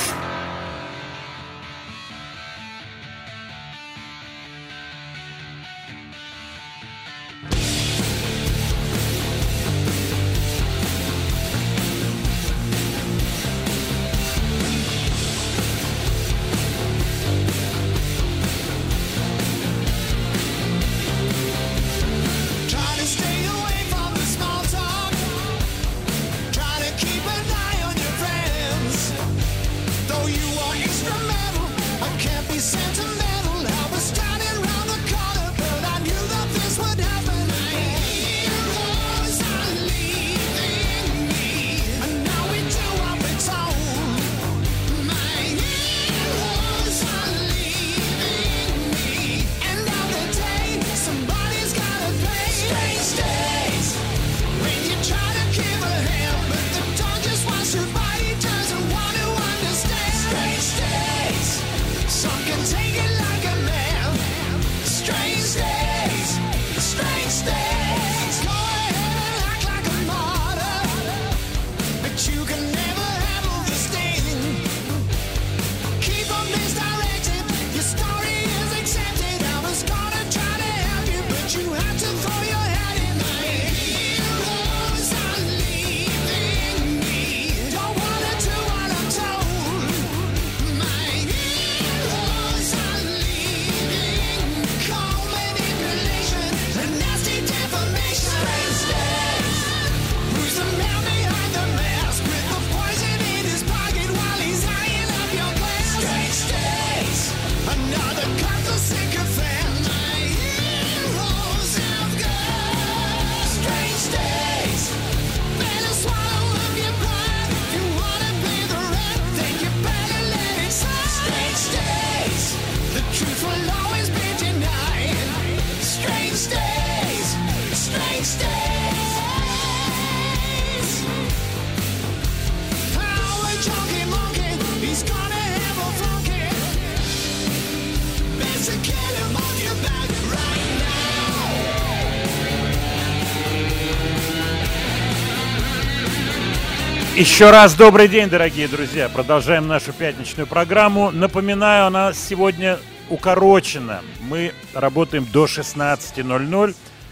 Еще раз добрый день, дорогие друзья. Продолжаем нашу пятничную программу. Напоминаю, она сегодня укорочена. Мы работаем до шестнадцати ноль-ноль.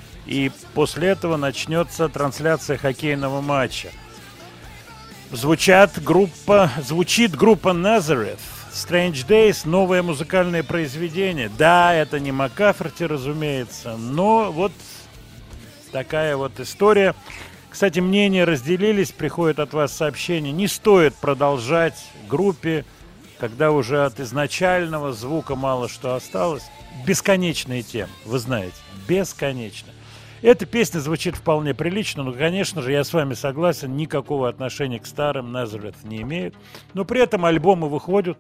И после этого начнется трансляция хоккейного матча. Звучат группа, звучит группа Nazareth. Strange Days, новое музыкальное произведение. Да, это не Маккаферти, разумеется, но вот такая вот история. Кстати, мнения разделились, приходят от вас сообщения. Не стоит продолжать группе, когда уже от изначального звука мало что осталось. Бесконечная тема, вы знаете, бесконечно. Эта песня звучит вполне прилично, но, конечно же, я с вами согласен, никакого отношения к старым Nazareth не имеет. Но при этом альбомы выходят.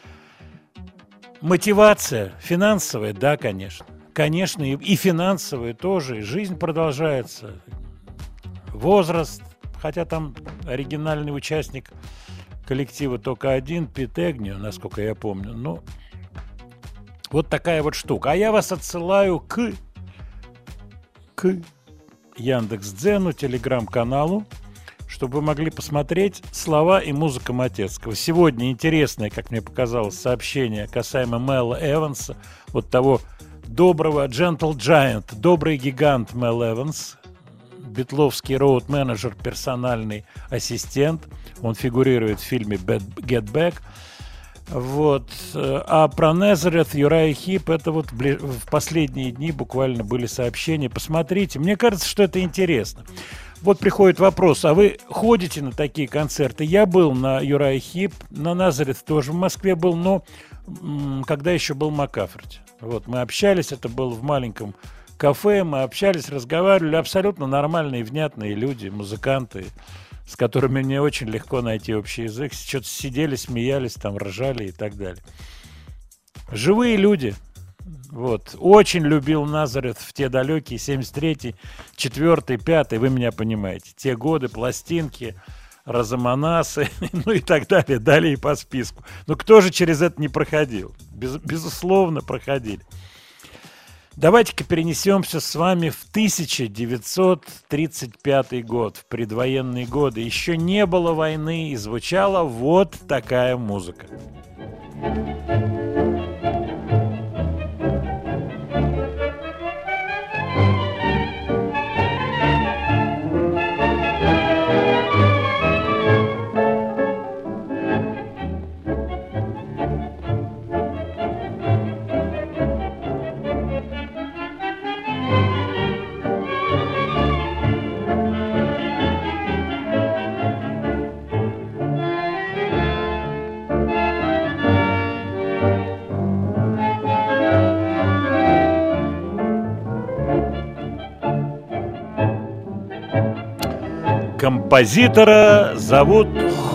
Мотивация финансовая, да, конечно. Конечно, и, и финансовая тоже. И жизнь продолжается. Возраст, хотя там оригинальный участник коллектива только один, Пит Эгню, насколько я помню. Но вот такая вот штука. А я вас отсылаю к... к Яндекс.Дзену, телеграм-каналу, чтобы вы могли посмотреть слова и музыка Матецкого. Сегодня интересное, как мне показалось, сообщение касаемо Мэла Эванса, вот того доброго Gentle Giant, добрый гигант Мэл Эванс, битловский роуд-менеджер, персональный ассистент. Он фигурирует в фильме Get Back. Вот. А про Назарeth, Юрай Хип, это вот в последние дни буквально были сообщения. Посмотрите, мне кажется, что это интересно. Вот приходит вопрос, а вы ходите на такие концерты? Я был на Юрай Хип, на Назарeth тоже в Москве был, но м- когда еще был Макаферти. Вот, мы общались, это было в маленьком кафе, мы общались, разговаривали, абсолютно нормальные, внятные люди, музыканты, с которыми мне очень легко найти общий язык. Что-то сидели, смеялись, там ржали и так далее. Живые люди. Вот. Очень любил Назарeth в те далекие семьдесят третий, четвёртый, пятый, вы меня понимаете. Те годы, пластинки, Розамонасы, ну и так далее, далее по списку. Но кто же через это не проходил? Без, безусловно, проходили. Давайте-ка перенесемся с вами в тысяча девятьсот тридцать пятый год, в предвоенные годы. Еще не было войны, и звучала вот такая музыка. Композитора зовут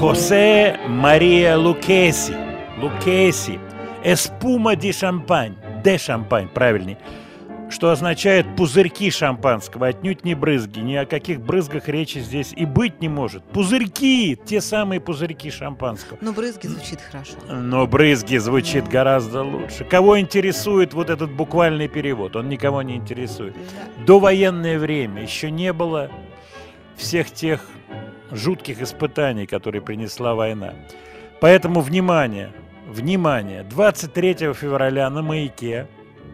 Хосе Мария Лукеси. Лукеси. Эспума ди шампань. Де шампань, правильней. Что означает пузырьки шампанского. Отнюдь не брызги. Ни о каких брызгах речи здесь и быть не может. Пузырьки. Те самые пузырьки шампанского. Но брызги звучит хорошо. Но брызги звучит гораздо лучше. Кого интересует вот этот буквальный перевод? Он никого не интересует. Довоенное время еще не было всех тех жутких испытаний, которые принесла война. Поэтому внимание, внимание, двадцать третьего февраля на «Маяке»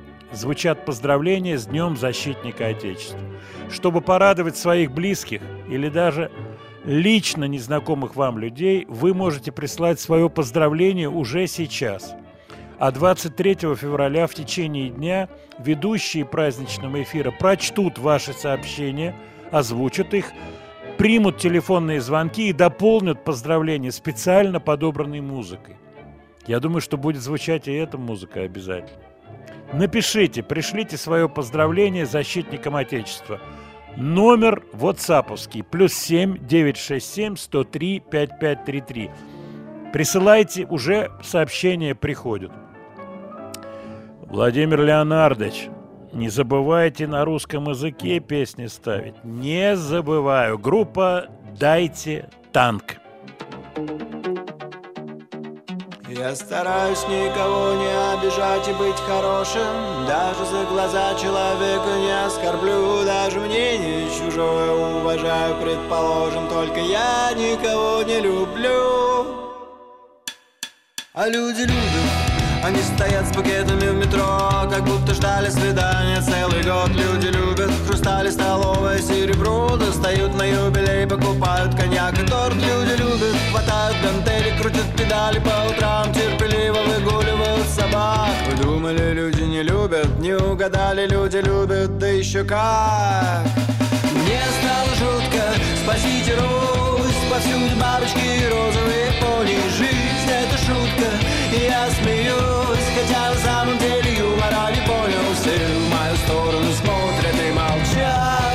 звучат поздравления с Днем Защитника Отечества. Чтобы порадовать своих близких или даже лично незнакомых вам людей, вы можете прислать свое поздравление уже сейчас. А двадцать третьего февраля в течение дня ведущие праздничного эфира прочтут ваши сообщения, озвучат их, примут телефонные звонки и дополнят поздравления специально подобранной музыкой. Я думаю, что будет звучать и эта музыка обязательно. Напишите, пришлите свое поздравление защитникам Отечества. Номер ватсаповский плюс семь девятьсот шестьдесят семь сто три пятьдесят пять тридцать три. Присылайте, уже сообщения приходят. Владимир Леонардович, не забывайте на русском языке песни ставить. Не забываю. Группа «Дайте танк». Я стараюсь никого не обижать и быть хорошим. Даже за глаза человека не оскорблю. Даже мнение чужое уважаю, предположим. Только я никого не люблю. А люди любят. Они стоят с букетами в метро, как будто ждали свидания целый год. Люди любят хрустали, столовое серебро, достают на юбилей, покупают коньяк и торт. Люди любят, хватают гантели, крутят педали по утрам, терпеливо выгуливают собак. Вы думали, люди не любят? Не угадали, люди любят, да еще как. Мне стало жутко, спасите Русь, повсюду бабочки и розовые пони. Жизнь — это шутка, и я смеюсь, хотя на самом деле юмора не понял. Все в мою сторону смотрят и молчат.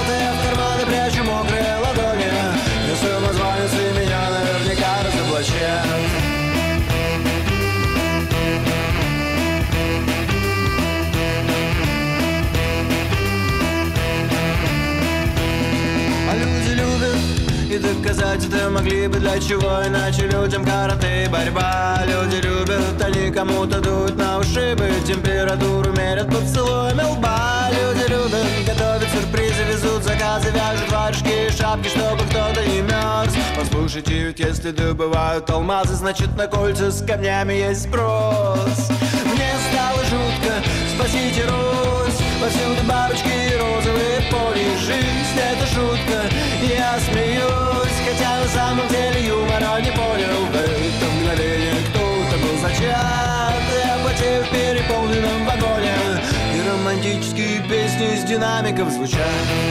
показать это могли бы для чего, иначе людям карате борьба. Люди любят, они кому-то дуют на ушибы, температуру мерят поцелуями лба. Люди любят готовить сюрпризы, везут заказы, вяжут варежки и шапки, чтобы кто-то не мерз. Послушайте, ведь если добывают алмазы, значит на кольца с камнями есть спрос. Мне стало жутко, спасите Русь, повсюду бабочки и розовые пони. Жизнь это шутка, я смеюсь, хотя на самом деле юмора не понял. В это мгновение кто-то был зачат, я потею в переполненном вагоне, и романтические песни из динамиков звучат.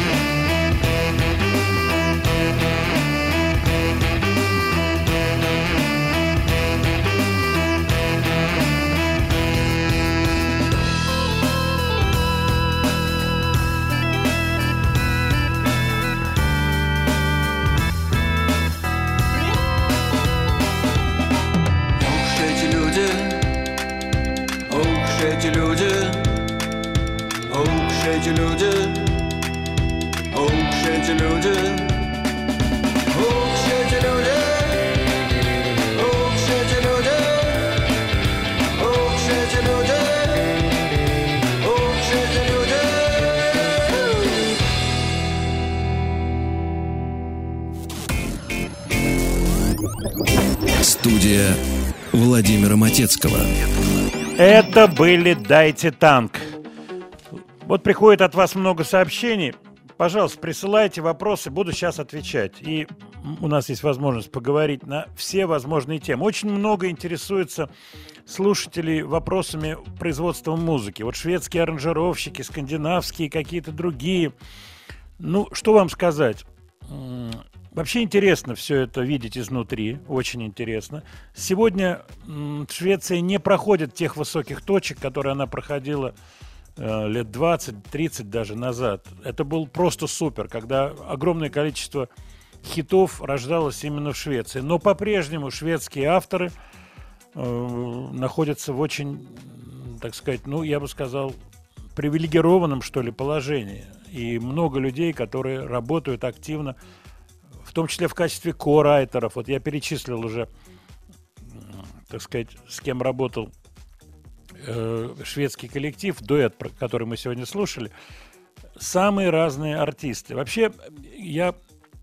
Эти люди, ох, эти люди, ох, эти люди, ох, эти люди, ох, эти люди, ох, эти люди, ох, эти люди. Студия Владимира Матецкого. Это были «Дайте танк». Вот приходит от вас много сообщений. Пожалуйста, присылайте вопросы, буду сейчас отвечать. И у нас есть возможность поговорить на все возможные темы. Очень много интересуется слушателей вопросами производства музыки. Вот шведские аранжировщики, скандинавские, какие-то другие. Ну, что вам сказать? Вообще интересно все это видеть изнутри, очень интересно. Сегодня м, Швеция не проходит тех высоких точек, которые она проходила э, лет двадцать-тридцать даже назад. Это был просто супер, когда огромное количество хитов рождалось именно в Швеции. Но по-прежнему шведские авторы э, находятся в очень, так сказать, ну, я бы сказал, привилегированном, что ли, положении. И много людей, которые работают активно, в том числе в качестве ко-райтеров. Вот я перечислил уже, так сказать, с кем работал э, шведский коллектив, дуэт, который мы сегодня слушали. Самые разные артисты. Вообще, я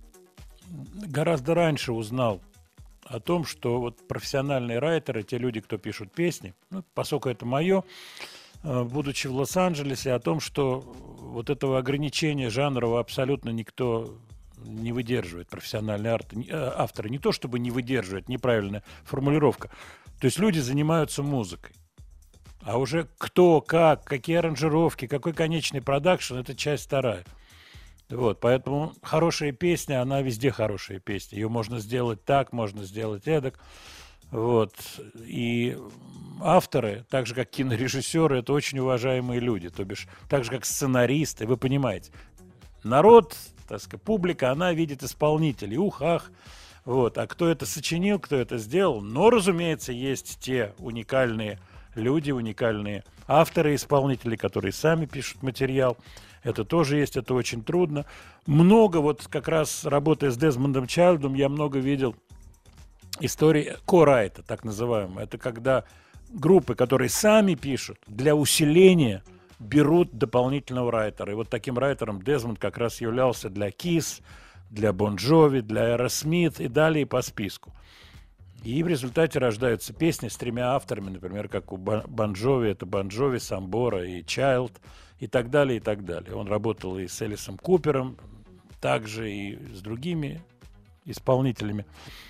гораздо раньше узнал о том, что вот профессиональные райтеры, те люди, кто пишут песни, ну, поскольку это мое, э, будучи в Лос-Анджелесе, о том, что вот этого ограничения жанрового абсолютно никто не выдерживает, профессиональные арт, авторы. Не то чтобы не выдерживает, неправильная формулировка. То есть люди занимаются музыкой. А уже кто, как, какие аранжировки, какой конечный продакшн, это часть вторая. Вот, поэтому хорошая песня, она везде хорошая песня. Ее можно сделать так, можно сделать эдак. Вот. И авторы, так же как кинорежиссеры, это очень уважаемые люди. То бишь, так же как сценаристы, вы понимаете. Народ, так сказать, публика, она видит исполнителей, ух-ах. Вот. А кто это сочинил, кто это сделал? Но, разумеется, есть те уникальные люди, уникальные авторы, исполнители, которые сами пишут материал. Это тоже есть, это очень трудно. Много, вот как раз работая с Дезмондом Чайлдом, я много видел истории ко-райта, так называемого. Это когда группы, которые сами пишут, для усиления берут дополнительного райтера. И вот таким райтером Дезмонд как раз являлся для Kiss, для Бон Джови, для Aerosmith и далее по списку. И в результате рождаются песни с тремя авторами, например, как у Бон Джови, это Бон Джови, Самбора и Чайлд, и так далее, и так далее. Он работал и с Элисом Купером, также и с другими исполнителями.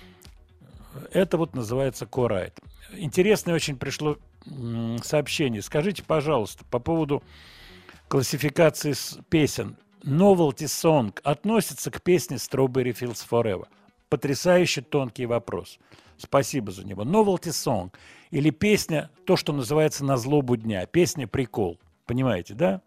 Это вот называется ко-райт. Интересное очень пришло сообщение. Скажите, пожалуйста, по поводу классификации песен. Novelty Song относится к песне Strawberry Fields Forever? Потрясающе тонкий вопрос. Спасибо за него. Novelty Song или песня, то, что называется «На злобу дня», песня-прикол. Понимаете, да?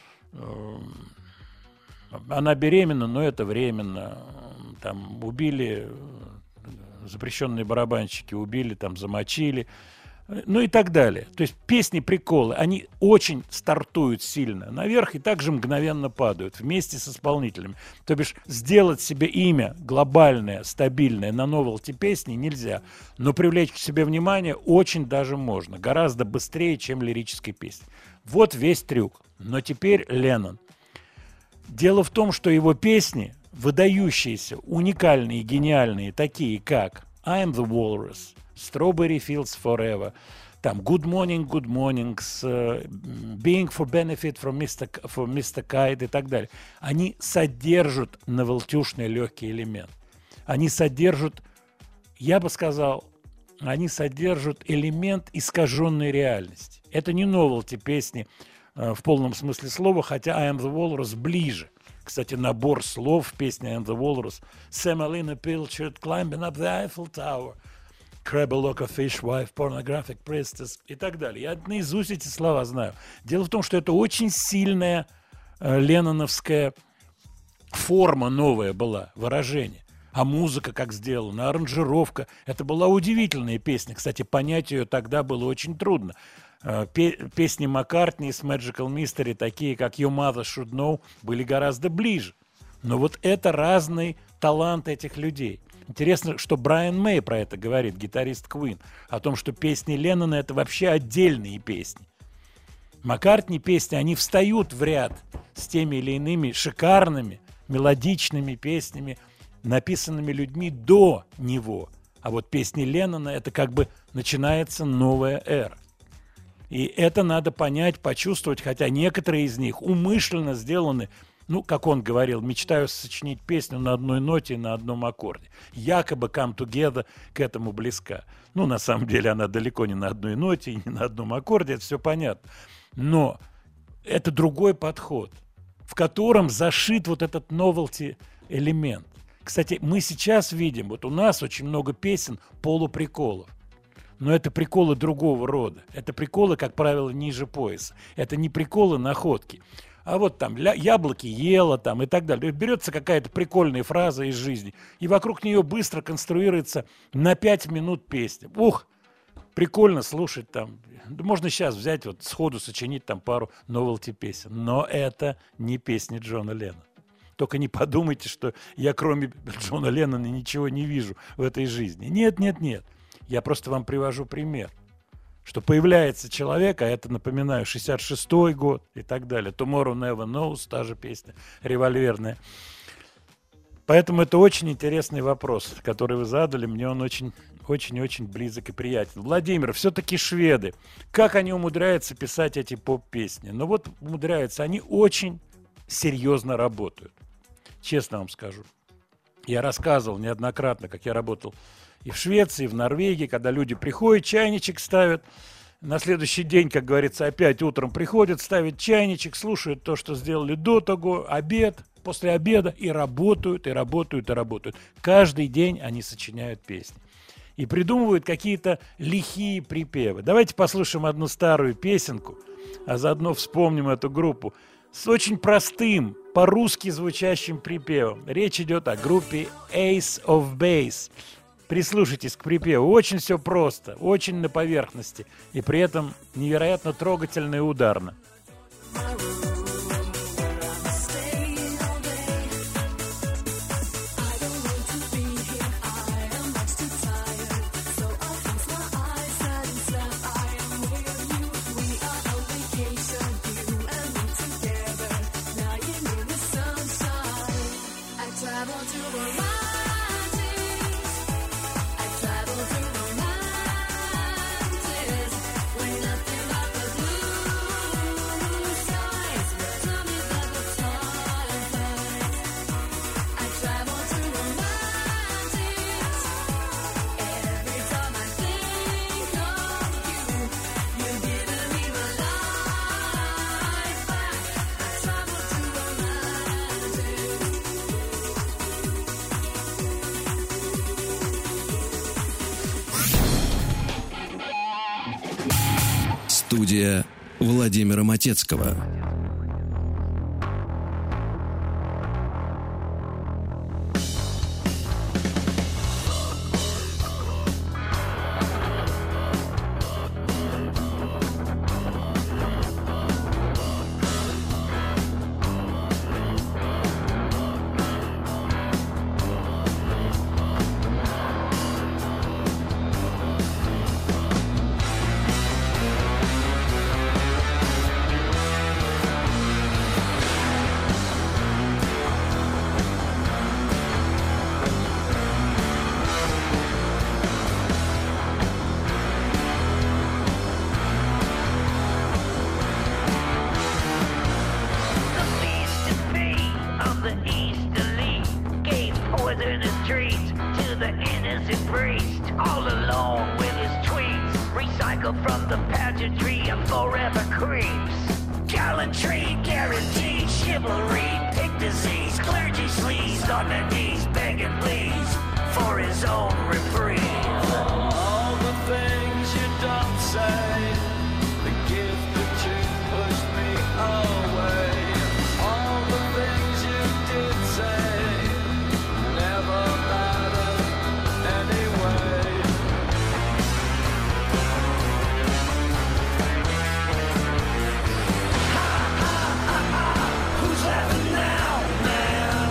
Она беременна, но это временно. Там убили, запрещенные барабанщики убили, там замочили. ну и так далее. То есть песни-приколы, они очень стартуют сильно наверх и также мгновенно падают вместе с исполнителями. То бишь сделать себе имя глобальное, стабильное на новелти песни нельзя, но привлечь к себе внимание очень даже можно, гораздо быстрее, чем лирической песни. Вот весь трюк. Но теперь Леннон. Дело в том, что его песни выдающиеся, уникальные, гениальные, такие как «I'm the Walrus», Strawberry Fields Forever, там Good Morning, Good Mornings, uh, Being for Benefit from мистер, for мистер Kite и так далее. Они содержат новелтюшный легкий элемент. Они содержат, я бы сказал, они содержат элемент искаженной реальности. Это не новелти песни uh, в полном смысле слова, хотя I am the Walrus ближе. Кстати, набор слов в песне I am the Walrus. Semolina Pilchard, Climbing up the Eiffel Tower. Crab a lock of fish wife, pornographic priestess и так далее. Я наизусть эти слова знаю. Дело в том, что это очень сильная э, ленноновская форма новая была, выражение. А музыка как сделана, аранжировка. Это была удивительная песня. Кстати, понять ее тогда было очень трудно. Э, песни Маккартни с Magical Mystery, такие как Your Mother Should Know, были гораздо ближе. Но вот это разный талант этих людей. Интересно, что Брайан Мэй про это говорит, гитарист Queen, о том, что песни Леннона – это вообще отдельные песни. Маккартни песни, они встают в ряд с теми или иными шикарными, мелодичными песнями, написанными людьми до него. А вот песни Леннона – это как бы начинается новая эра. И это надо понять, почувствовать, хотя некоторые из них умышленно сделаны. Ну, как он говорил, мечтаю сочинить песню на одной ноте и на одном аккорде. Якобы Come Together к этому близка. Ну, на самом деле, она далеко не на одной ноте и не на одном аккорде, это все понятно. Но это другой подход, в котором зашит вот этот novelty элемент. Кстати, мы сейчас видим, вот у нас очень много песен полуприколов. Но это приколы другого рода. Это приколы, как правило, ниже пояса. Это не приколы находки. А вот там яблоки ела там и так далее. Берется какая-то прикольная фраза из жизни, и вокруг нее быстро конструируется на пять минут песня. Ух, прикольно слушать там. Да можно сейчас взять, вот сходу сочинить там пару новелти песен. Но это не песни Джона Леннона. Только не подумайте, что я кроме Джона Леннона ничего не вижу в этой жизни. Нет, нет, нет. Я просто вам привожу пример. Что появляется человек, а это, напоминаю, шестьдесят шестой год и так далее. Tomorrow Never Knows, та же песня, револьверная. Поэтому это очень интересный вопрос, который вы задали. Мне он очень, очень-очень близок и приятен. Владимир, все-таки шведы. Как они умудряются писать эти поп-песни? Ну вот умудряются. Они очень серьезно работают. Честно вам скажу. Я рассказывал неоднократно, как я работал и в Швеции, и в Норвегии, когда люди приходят, чайничек ставят. На следующий день, как говорится, опять утром приходят, ставят чайничек, слушают то, что сделали до того, обед, после обеда, и работают, и работают, и работают. Каждый день они сочиняют песни. И придумывают какие-то лихие припевы. Давайте послушаем одну старую песенку, а заодно вспомним эту группу с очень простым, по-русски звучащим припевом. Речь идет о группе Ace of Base. Прислушайтесь к припеву. Очень все просто, очень на поверхности. И при этом невероятно трогательно и ударно. Студия Владимира Матецкого. priest, all alone with his tweets, recycled from the pageantry of forever creeps. Gallantry, guaranteed, chivalry, pig disease, clergy sleaze on their knees, begging please for his own reprieve. All the things you don't say, the gift that you pushed me away. All the things you did say never mattered anyway. Ha ha ha ha, who's laughing now, man?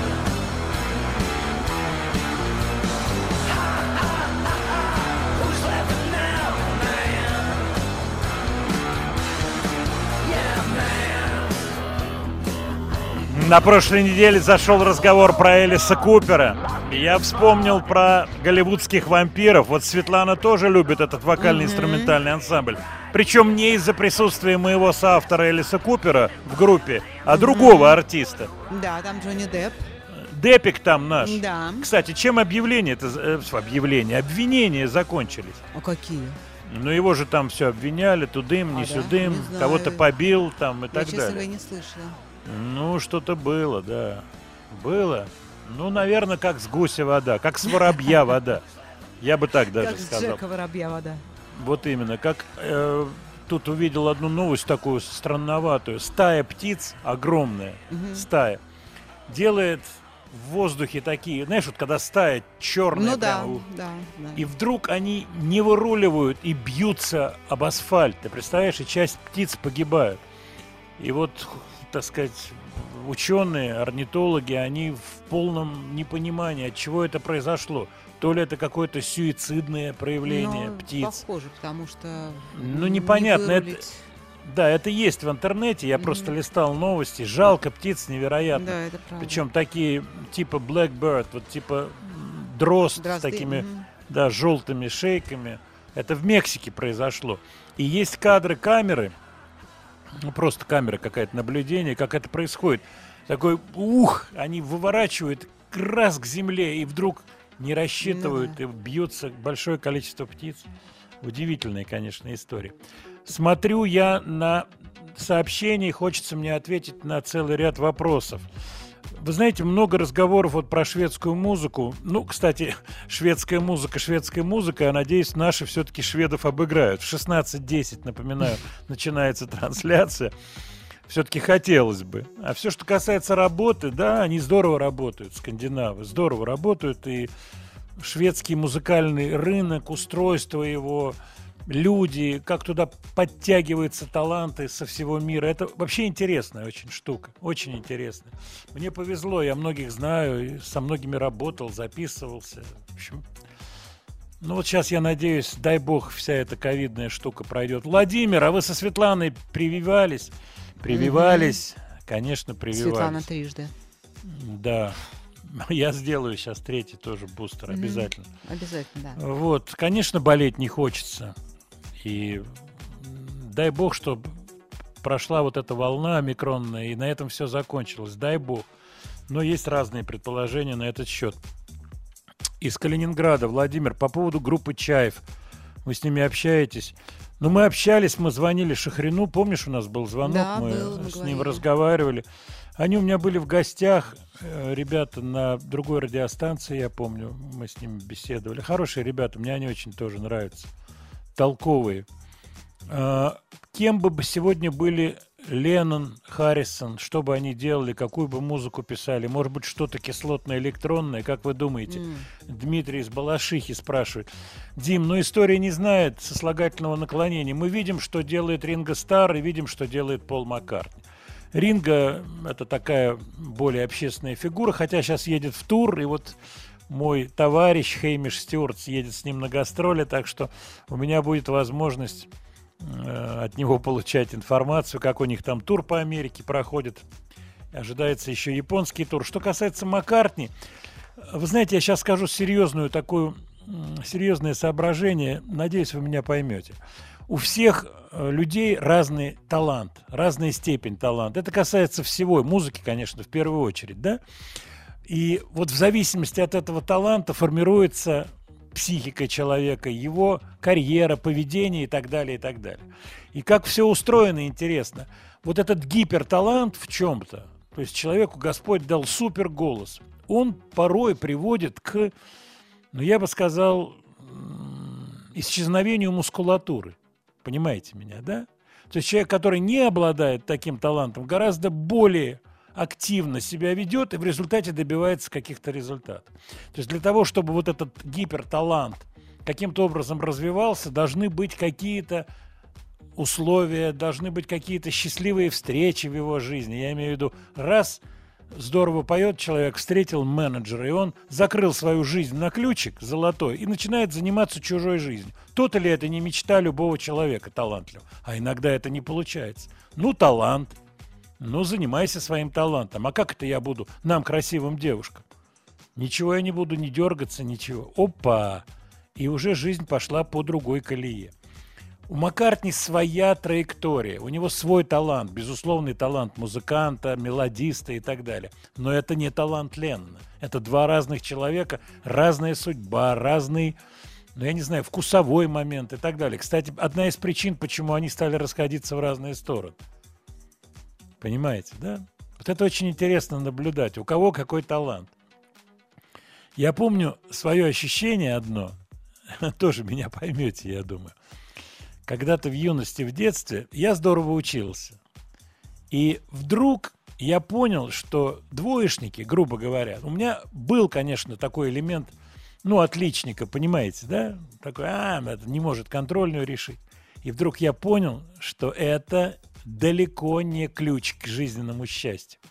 Ha ha ha ha, who's laughing now, man? Yeah, man. На прошлой неделе зашел разговор про Элиса Купера. И я вспомнил про голливудских вампиров. Вот Светлана тоже любит этот вокально-инструментальный ансамбль. Причем не из-за присутствия моего соавтора Элиса Купера в группе, а другого артиста. Да, там Джонни Депп. Депик там наш. Да. Кстати, чем объявления, это э, объявления, обвинения закончились? А какие? Ну его же там все обвиняли, тудым, не А, да? сюдым, Не знаю. кого-то побил там и Я, так честно далее. говоря, не слышала. Ну, что-то было, да. Было. Ну, наверное, как с гуся вода, как с воробья вода. Я бы так даже Как с сказал. Джека Воробья вода. Вот именно. Как э, тут увидел одну новость такую странноватую. Стая птиц, огромная Мгм. стая, делает в воздухе такие, знаешь, вот когда стая черная, Ну да, прямо, у- да, да. и вдруг они не выруливают и бьются об асфальт. Ты представляешь, и часть птиц погибают. И вот, так сказать, ученые, орнитологи, они в полном непонимании, от чего это произошло. То ли это какое-то суицидное проявление Ну, птиц. похоже, потому что Ну, не непонятно. Это, вырулить. да, это есть в интернете. Я Мгм. просто листал новости. Жалко птиц невероятно. Да, это правда. Причем такие типа Blackbird, вот типа м, дрозд Дрозды, с такими, мгм. да, желтыми шейками. Это в Мексике произошло. И есть кадры камеры, ну просто камера какая-то, наблюдение, как это происходит. Такой, ух, они выворачивают раз к земле и вдруг не рассчитывают, Ну и бьются большое количество птиц. Удивительная, конечно, история. Смотрю я на сообщения, хочется мне ответить на целый ряд вопросов. Вы знаете, много разговоров вот про шведскую музыку. Ну, кстати, шведская музыка, шведская музыка. Я надеюсь, наши все-таки шведов обыграют. В шестнадцать десять, напоминаю, начинается трансляция. Все-таки хотелось бы. А все, что касается работы, да, они здорово работают, скандинавы, здорово работают. И шведский музыкальный рынок, устройство его, люди, как туда подтягиваются таланты со всего мира. Это вообще интересная очень штука, очень интересная. Мне повезло, я многих знаю, и со многими работал, записывался. В общем, ну вот сейчас я надеюсь, дай бог, вся эта ковидная штука пройдет. Владимир, а вы со Светланой прививались? Прививались, конечно, прививались. Светлана трижды. Да. Я сделаю сейчас третий тоже бустер, Мгм. обязательно. Обязательно, да. Вот, конечно, болеть не хочется. И м, дай бог, чтобы прошла вот эта волна омикронная, и на этом все закончилось. Дай бог. Но есть разные предположения на этот счет. Из Калининграда, Владимир, по поводу группы Чаев. Вы с ними общаетесь? Ну, мы общались, мы звонили Шахрину. Помнишь, у нас был звонок? Да, мы был, мы с ним говорили. разговаривали. Они у меня были в гостях, э, ребята на другой радиостанции, я помню, мы с ними беседовали. Хорошие ребята, мне они очень тоже нравятся. Толковые. А, кем бы сегодня были Леннон, Харрисон, что бы они делали, какую бы музыку писали? Может быть, что-то кислотно-электронное, как вы думаете? М. Дмитрий из Балашихи спрашивает. Дим, ну история не знает сослагательного наклонения. Мы видим, что делает Ринго Старр, и видим, что делает Пол Маккартни. Ринго – это такая более общественная фигура, хотя сейчас едет в тур, и вот мой товарищ Хеймиш Стюарт едет с ним на гастроли, так что у меня будет возможность э, от него получать информацию, как у них там тур по Америке проходит. Ожидается еще японский тур. Что касается Маккартни, вы знаете, я сейчас скажу серьезную такую, м, серьезное соображение, надеюсь, вы меня поймете. У всех э, людей разный талант, разная степень таланта. Это касается всего, музыки, конечно, в первую очередь, да? И вот в зависимости от этого таланта формируется психика человека, его карьера, поведение и так далее, и так далее. И как все устроено, интересно. Вот этот гиперталант в чем-то, то есть человеку Господь дал супер голос, он порой приводит к, ну я бы сказал, исчезновению мускулатуры. Понимаете меня, да? То есть человек, который не обладает таким талантом, гораздо более активно себя ведет и в результате добивается каких-то результатов. То есть для того, чтобы вот этот гиперталант каким-то образом развивался, должны быть какие-то условия, должны быть какие-то счастливые встречи в его жизни. Я имею в виду, раз здорово поет человек, встретил менеджера, и он закрыл свою жизнь на ключик золотой и начинает заниматься чужой жизнью. То-то ли это не мечта любого человека талантливого? А иногда это не получается. Ну, талант. Ну, занимайся своим талантом. А как это я буду нам, красивым девушкам? Ничего я не буду, не дергаться, ничего. Опа! И уже жизнь пошла по другой колее. У Маккартни своя траектория, у него свой талант, безусловный талант музыканта, мелодиста и так далее. Но это не талант Леннона. Это два разных человека, разная судьба, разный, ну, я не знаю, вкусовой момент и так далее. Кстати, одна из причин, почему они стали расходиться в разные стороны. Понимаете, да? Вот это очень интересно наблюдать. У кого какой талант. Я помню свое ощущение одно, тоже меня поймете, я думаю. Когда-то в юности, в детстве я здорово учился. И вдруг я понял, что двоечники, грубо говоря, у меня был, конечно, такой элемент, ну, отличника, понимаете, да? Такой, а, это не может контрольную решить. И вдруг я понял, что это далеко не ключ к жизненному счастью.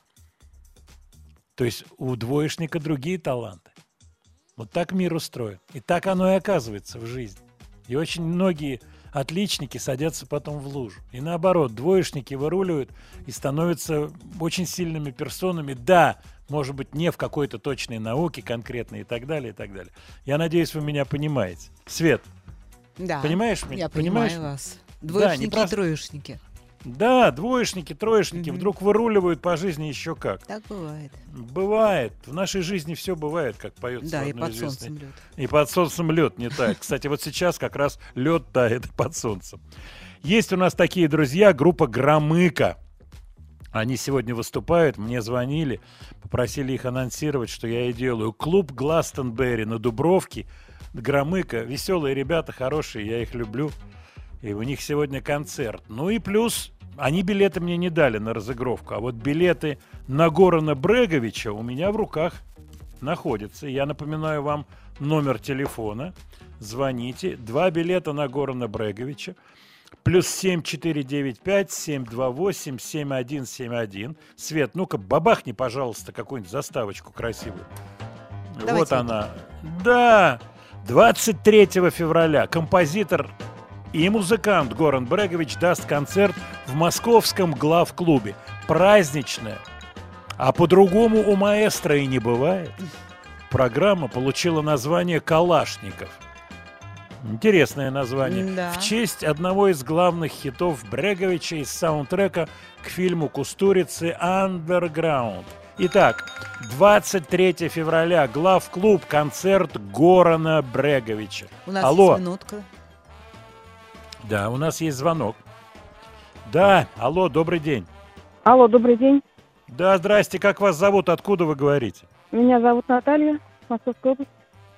То есть у двоечника другие таланты. Вот так мир устроен. И так оно и оказывается в жизни. И очень многие отличники садятся потом в лужу. И наоборот, двоечники выруливают и становятся очень сильными персонами. Да, может быть, не в какой-то точной науке конкретной и так далее, и так далее. Я надеюсь, вы меня понимаете. Свет, Да, понимаешь меня? я Понимаешь? понимаю вас. Да, Двоечники не и просто- троечники. Да, двоечники, троечники Мгм. вдруг выруливают по жизни еще как. Так бывает. Бывает. В нашей жизни все бывает, как поется. Да, в и одной под известной- солнцем лед. И под солнцем лед не тает. Кстати, вот сейчас как раз лед тает под солнцем. Есть у нас такие друзья, группа «Громыко». Они сегодня выступают, мне звонили, попросили их анонсировать, что я и делаю. Клуб Гластонберри на Дубровке. Громыко. Веселые ребята, хорошие, я их люблю. И у них сегодня концерт. Ну и плюс, они билеты мне не дали на разыгровку, а вот билеты на Горана Бреговича у меня в руках находятся. Я напоминаю вам номер телефона. Звоните. Два билета на Горана Бреговича. Плюс семь четыре девять пять семь два восемь семь один семь один. Свет, ну-ка бабахни, пожалуйста, какую-нибудь заставочку красивую. Давайте. Вот она. Да, двадцать третьего февраля композитор и музыкант Горан Брегович даст концерт в московском главклубе. Праздничное. А по-другому у маэстро и не бывает. Программа получила название «Калашников». Интересное название. Да. В честь одного из главных хитов Бреговича из саундтрека к фильму Кустурицы «Андерграунд». Итак, двадцать третьего февраля, главклуб, концерт Горана Бреговича. У нас Алло. есть минутка. Да, у нас есть звонок. Да, алло, добрый день. Алло, добрый день. Да, здрасте, как вас зовут, откуда вы говорите? Меня зовут Наталья, Московская область.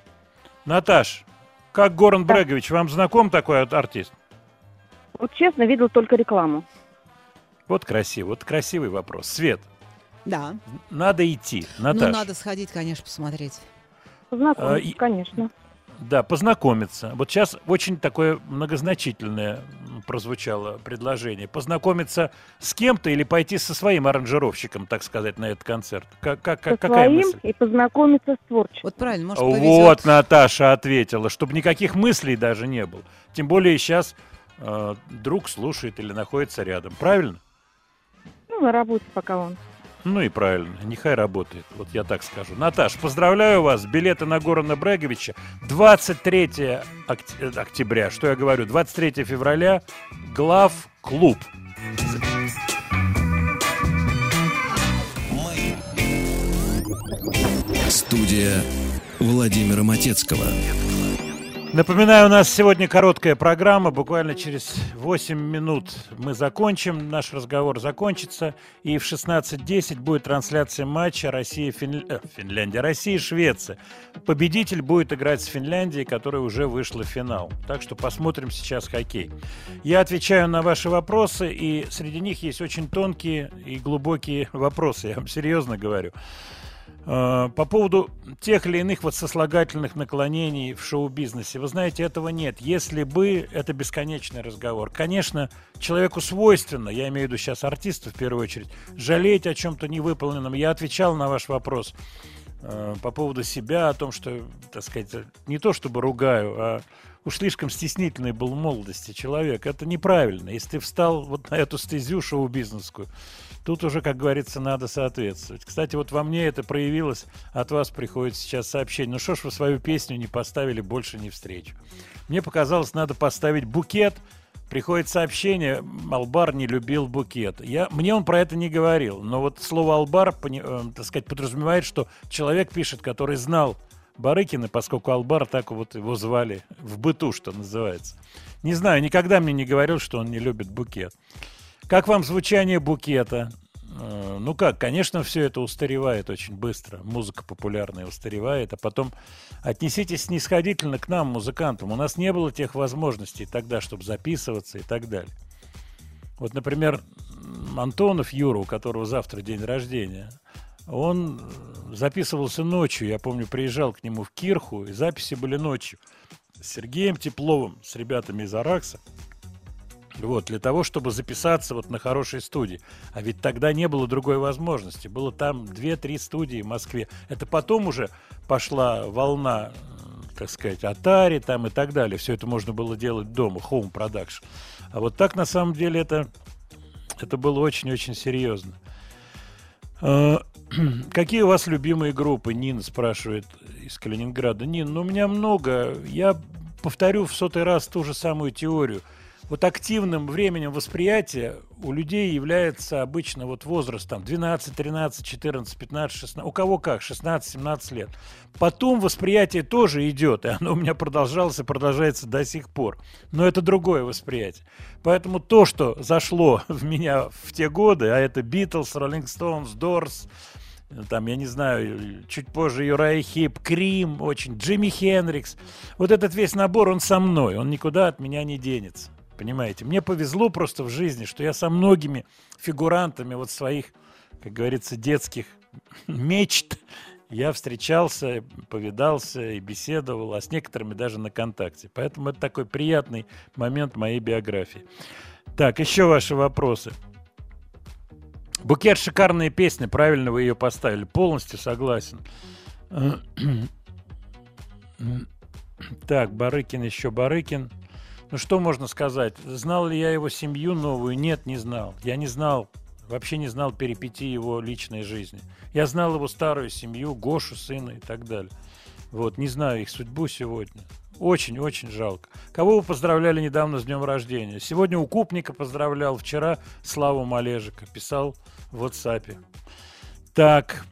Наташ, как Горан Брегович, вам знаком такой ар- артист? Вот честно, видел только рекламу. Вот красиво, вот красивый вопрос. Свет, Да. надо идти, Наташ. Ну, надо сходить, конечно, посмотреть. Познакомиться, А, и- конечно. Да, познакомиться. Вот сейчас очень такое многозначительное м, прозвучало предложение. Познакомиться с кем-то или пойти со своим аранжировщиком, так сказать, на этот концерт? Как, как, Со как- какая своим мысль? и познакомиться с творчеством. Вот правильно, может, Вот, повезет. Наташа ответила, чтобы никаких мыслей даже не было. Тем более сейчас э, друг слушает или находится рядом. Правильно? Ну, на работе пока он. Ну и правильно, нехай работает, вот я так скажу. Наташ, поздравляю вас, билеты на Горана Бреговича двадцать третьего окт- октября, что я говорю, двадцать третьего февраля, главклуб. Студия Владимира Матецкого. Напоминаю, у нас сегодня короткая программа, буквально через восемь минут мы закончим, наш разговор закончится, и в шестнадцать десять будет трансляция матча Россия-Фин... э, Финляндия, Россия-Швеция. Победитель будет играть с Финляндией, которая уже вышла в финал. Так что посмотрим сейчас хоккей. Я отвечаю на ваши вопросы, и среди них есть очень тонкие и глубокие вопросы, я вам серьезно говорю. По поводу тех или иных вот сослагательных наклонений в шоу-бизнесе, вы знаете, этого нет. Если бы, это бесконечный разговор. Конечно, человеку свойственно, я имею в виду сейчас артистов в первую очередь, жалеть о чем-то невыполненном. Я отвечал на ваш вопрос э, по поводу себя, о том, что, так сказать, не то чтобы ругаю, а уж слишком стеснительный был в молодости человек. Это неправильно. Если ты встал вот на эту стезю шоу-бизнесскую, тут уже, как говорится, надо соответствовать. Кстати, вот во мне это проявилось, от вас приходит сейчас сообщение. Ну что ж вы свою песню не поставили «Больше не встречу». Мне показалось, надо поставить «Букет». Приходит сообщение, Албар не любил букет. Я, мне он про это не говорил, но вот слово Албар, э, так сказать, подразумевает, что человек пишет, который знал Барыкина, поскольку Албар так вот его звали в быту, что называется. Не знаю, никогда мне не говорил, что он не любит букет. Как вам звучание букета? Э, ну как, конечно, все это устаревает очень быстро. Музыка популярная устаревает, а потом отнеситесь снисходительно к нам, музыкантам. У нас не было тех возможностей тогда, чтобы записываться и так далее. Вот, например, Антонов Юра, у которого завтра день рождения, он записывался ночью. Я помню, приезжал к нему в Кирху, и записи были ночью. С Сергеем Тепловым, с ребятами из Аракса. Вот, для того, чтобы записаться вот на хорошей студии. А ведь тогда не было другой возможности. Было там две-три студии в Москве. Это потом уже пошла волна, так сказать, Atari там и так далее. Все это можно было делать дома, home production. А вот так, на самом деле, это, это было очень-очень серьезно. Какие у вас любимые группы? Нина спрашивает из Калининграда. Нин, ну у меня много. Я повторю в сотый раз ту же самую теорию. Вот активным временем восприятия у людей является обычно вот возраст там двенадцать, тринадцать, четырнадцать, пятнадцать, шестнадцать, у кого как, шестнадцать-семнадцать лет. Потом восприятие тоже идет, и оно у меня продолжалось и продолжается до сих пор. Но это другое восприятие. Поэтому то, что зашло в меня в те годы, а это Beatles, Rolling Stones, Doors, там, я не знаю, чуть позже Юрай Хип, Крим, очень, Джимми Хендрикс, вот этот весь набор, он со мной, он никуда от меня не денется. Понимаете, мне повезло просто в жизни, что я со многими фигурантами вот своих, как говорится, детских мечт я встречался, повидался и беседовал, а с некоторыми даже на контакте. Поэтому это такой приятный момент моей биографии. Так, еще ваши вопросы. Букет — шикарная песня, правильно вы ее поставили, полностью согласен. Так, Барыкин, еще Барыкин. Ну, что можно сказать? Знал ли я его семью новую? Нет, не знал. Я не знал, вообще не знал перипетий его личной жизни. Я знал его старую семью, Гошу, сына и так далее. Вот, не знаю их судьбу сегодня. Очень-очень жалко. Кого вы поздравляли недавно с днем рождения? Сегодня Укупника поздравлял, вчера Славу Малежика писал в WhatsApp. Так.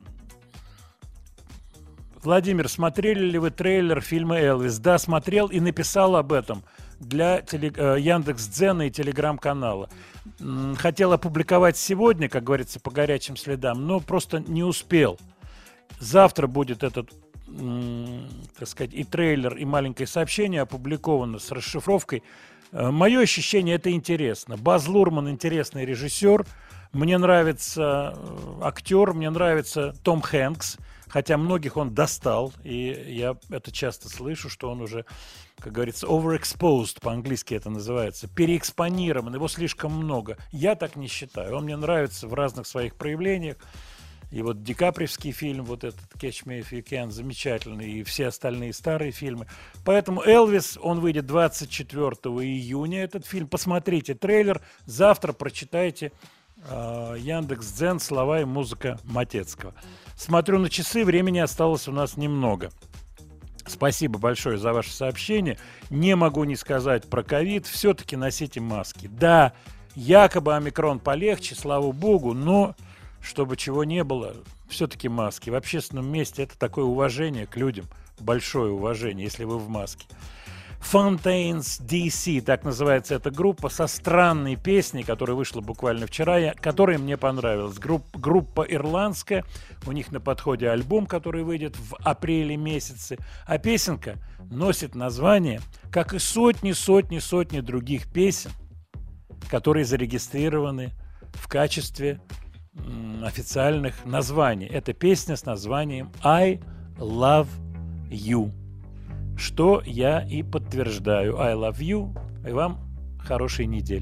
Владимир, смотрели ли вы трейлер фильма «Элвис»? Да, смотрел и написал об этом для теле, Яндекс.Дзена и Телеграм-канала. Хотел опубликовать сегодня, как говорится, по горячим следам, но просто не успел. Завтра будет этот, так сказать, и трейлер, и маленькое сообщение опубликовано с расшифровкой. Мое ощущение, это интересно. Баз Лурман интересный режиссер. Мне нравится актер, мне нравится Том Хэнкс. Хотя многих он достал, и я это часто слышу, что он уже, как говорится, overexposed, по-английски это называется, переэкспонирован, его слишком много. Я так не считаю. Он мне нравится в разных своих проявлениях. И вот Ди Каприевский фильм, вот этот Catch Me If You Can, замечательный, и все остальные старые фильмы. Поэтому «Элвис», он выйдет двадцать четвёртого июня, этот фильм. Посмотрите трейлер, завтра прочитайте э, Яндекс.Дзен, слова и музыка Матецкого. Смотрю на часы, времени осталось у нас немного. Спасибо большое за ваше сообщение. Не могу не сказать про ковид. Все-таки носите маски. Да, якобы омикрон полегче, слава богу, но чтобы чего не было, все-таки маски. В общественном месте это такое уважение к людям, большое уважение, если вы в маске. Fontaines ди си, так называется эта группа, со странной песней, которая вышла буквально вчера, я, которая мне понравилась. Групп, группа ирландская, у них на подходе альбом, который выйдет в апреле месяце, а песенка носит название, как и сотни-сотни-сотни других песен, которые зарегистрированы в качестве м, официальных названий. Это песня с названием «I love you», что я и подтверждаю. I love you, и вам хорошей недели.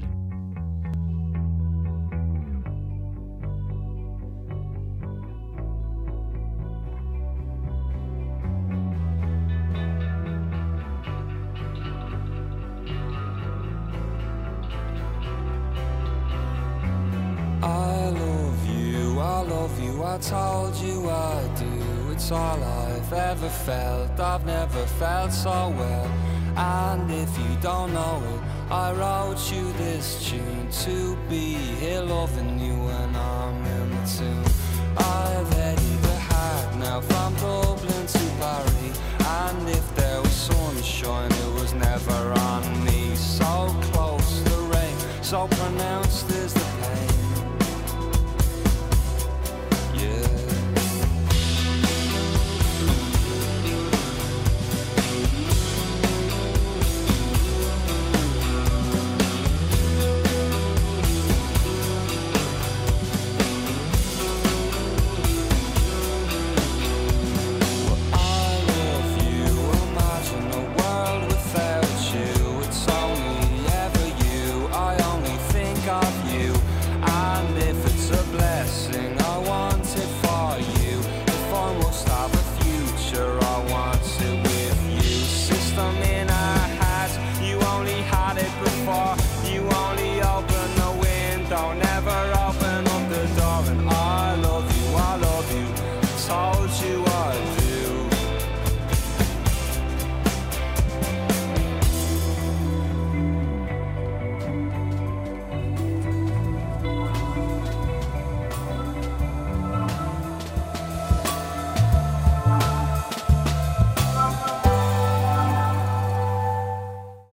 I love you, I love you, I told you I do. It's all I've ever felt, I've never felt so well. And if you don't know it, I wrote you this tune to be here loving you when I'm in the tune. I've headed the hike now from Dublin to Paris, and if there was sunshine, it was never on me. So close, the rain, so pronounced.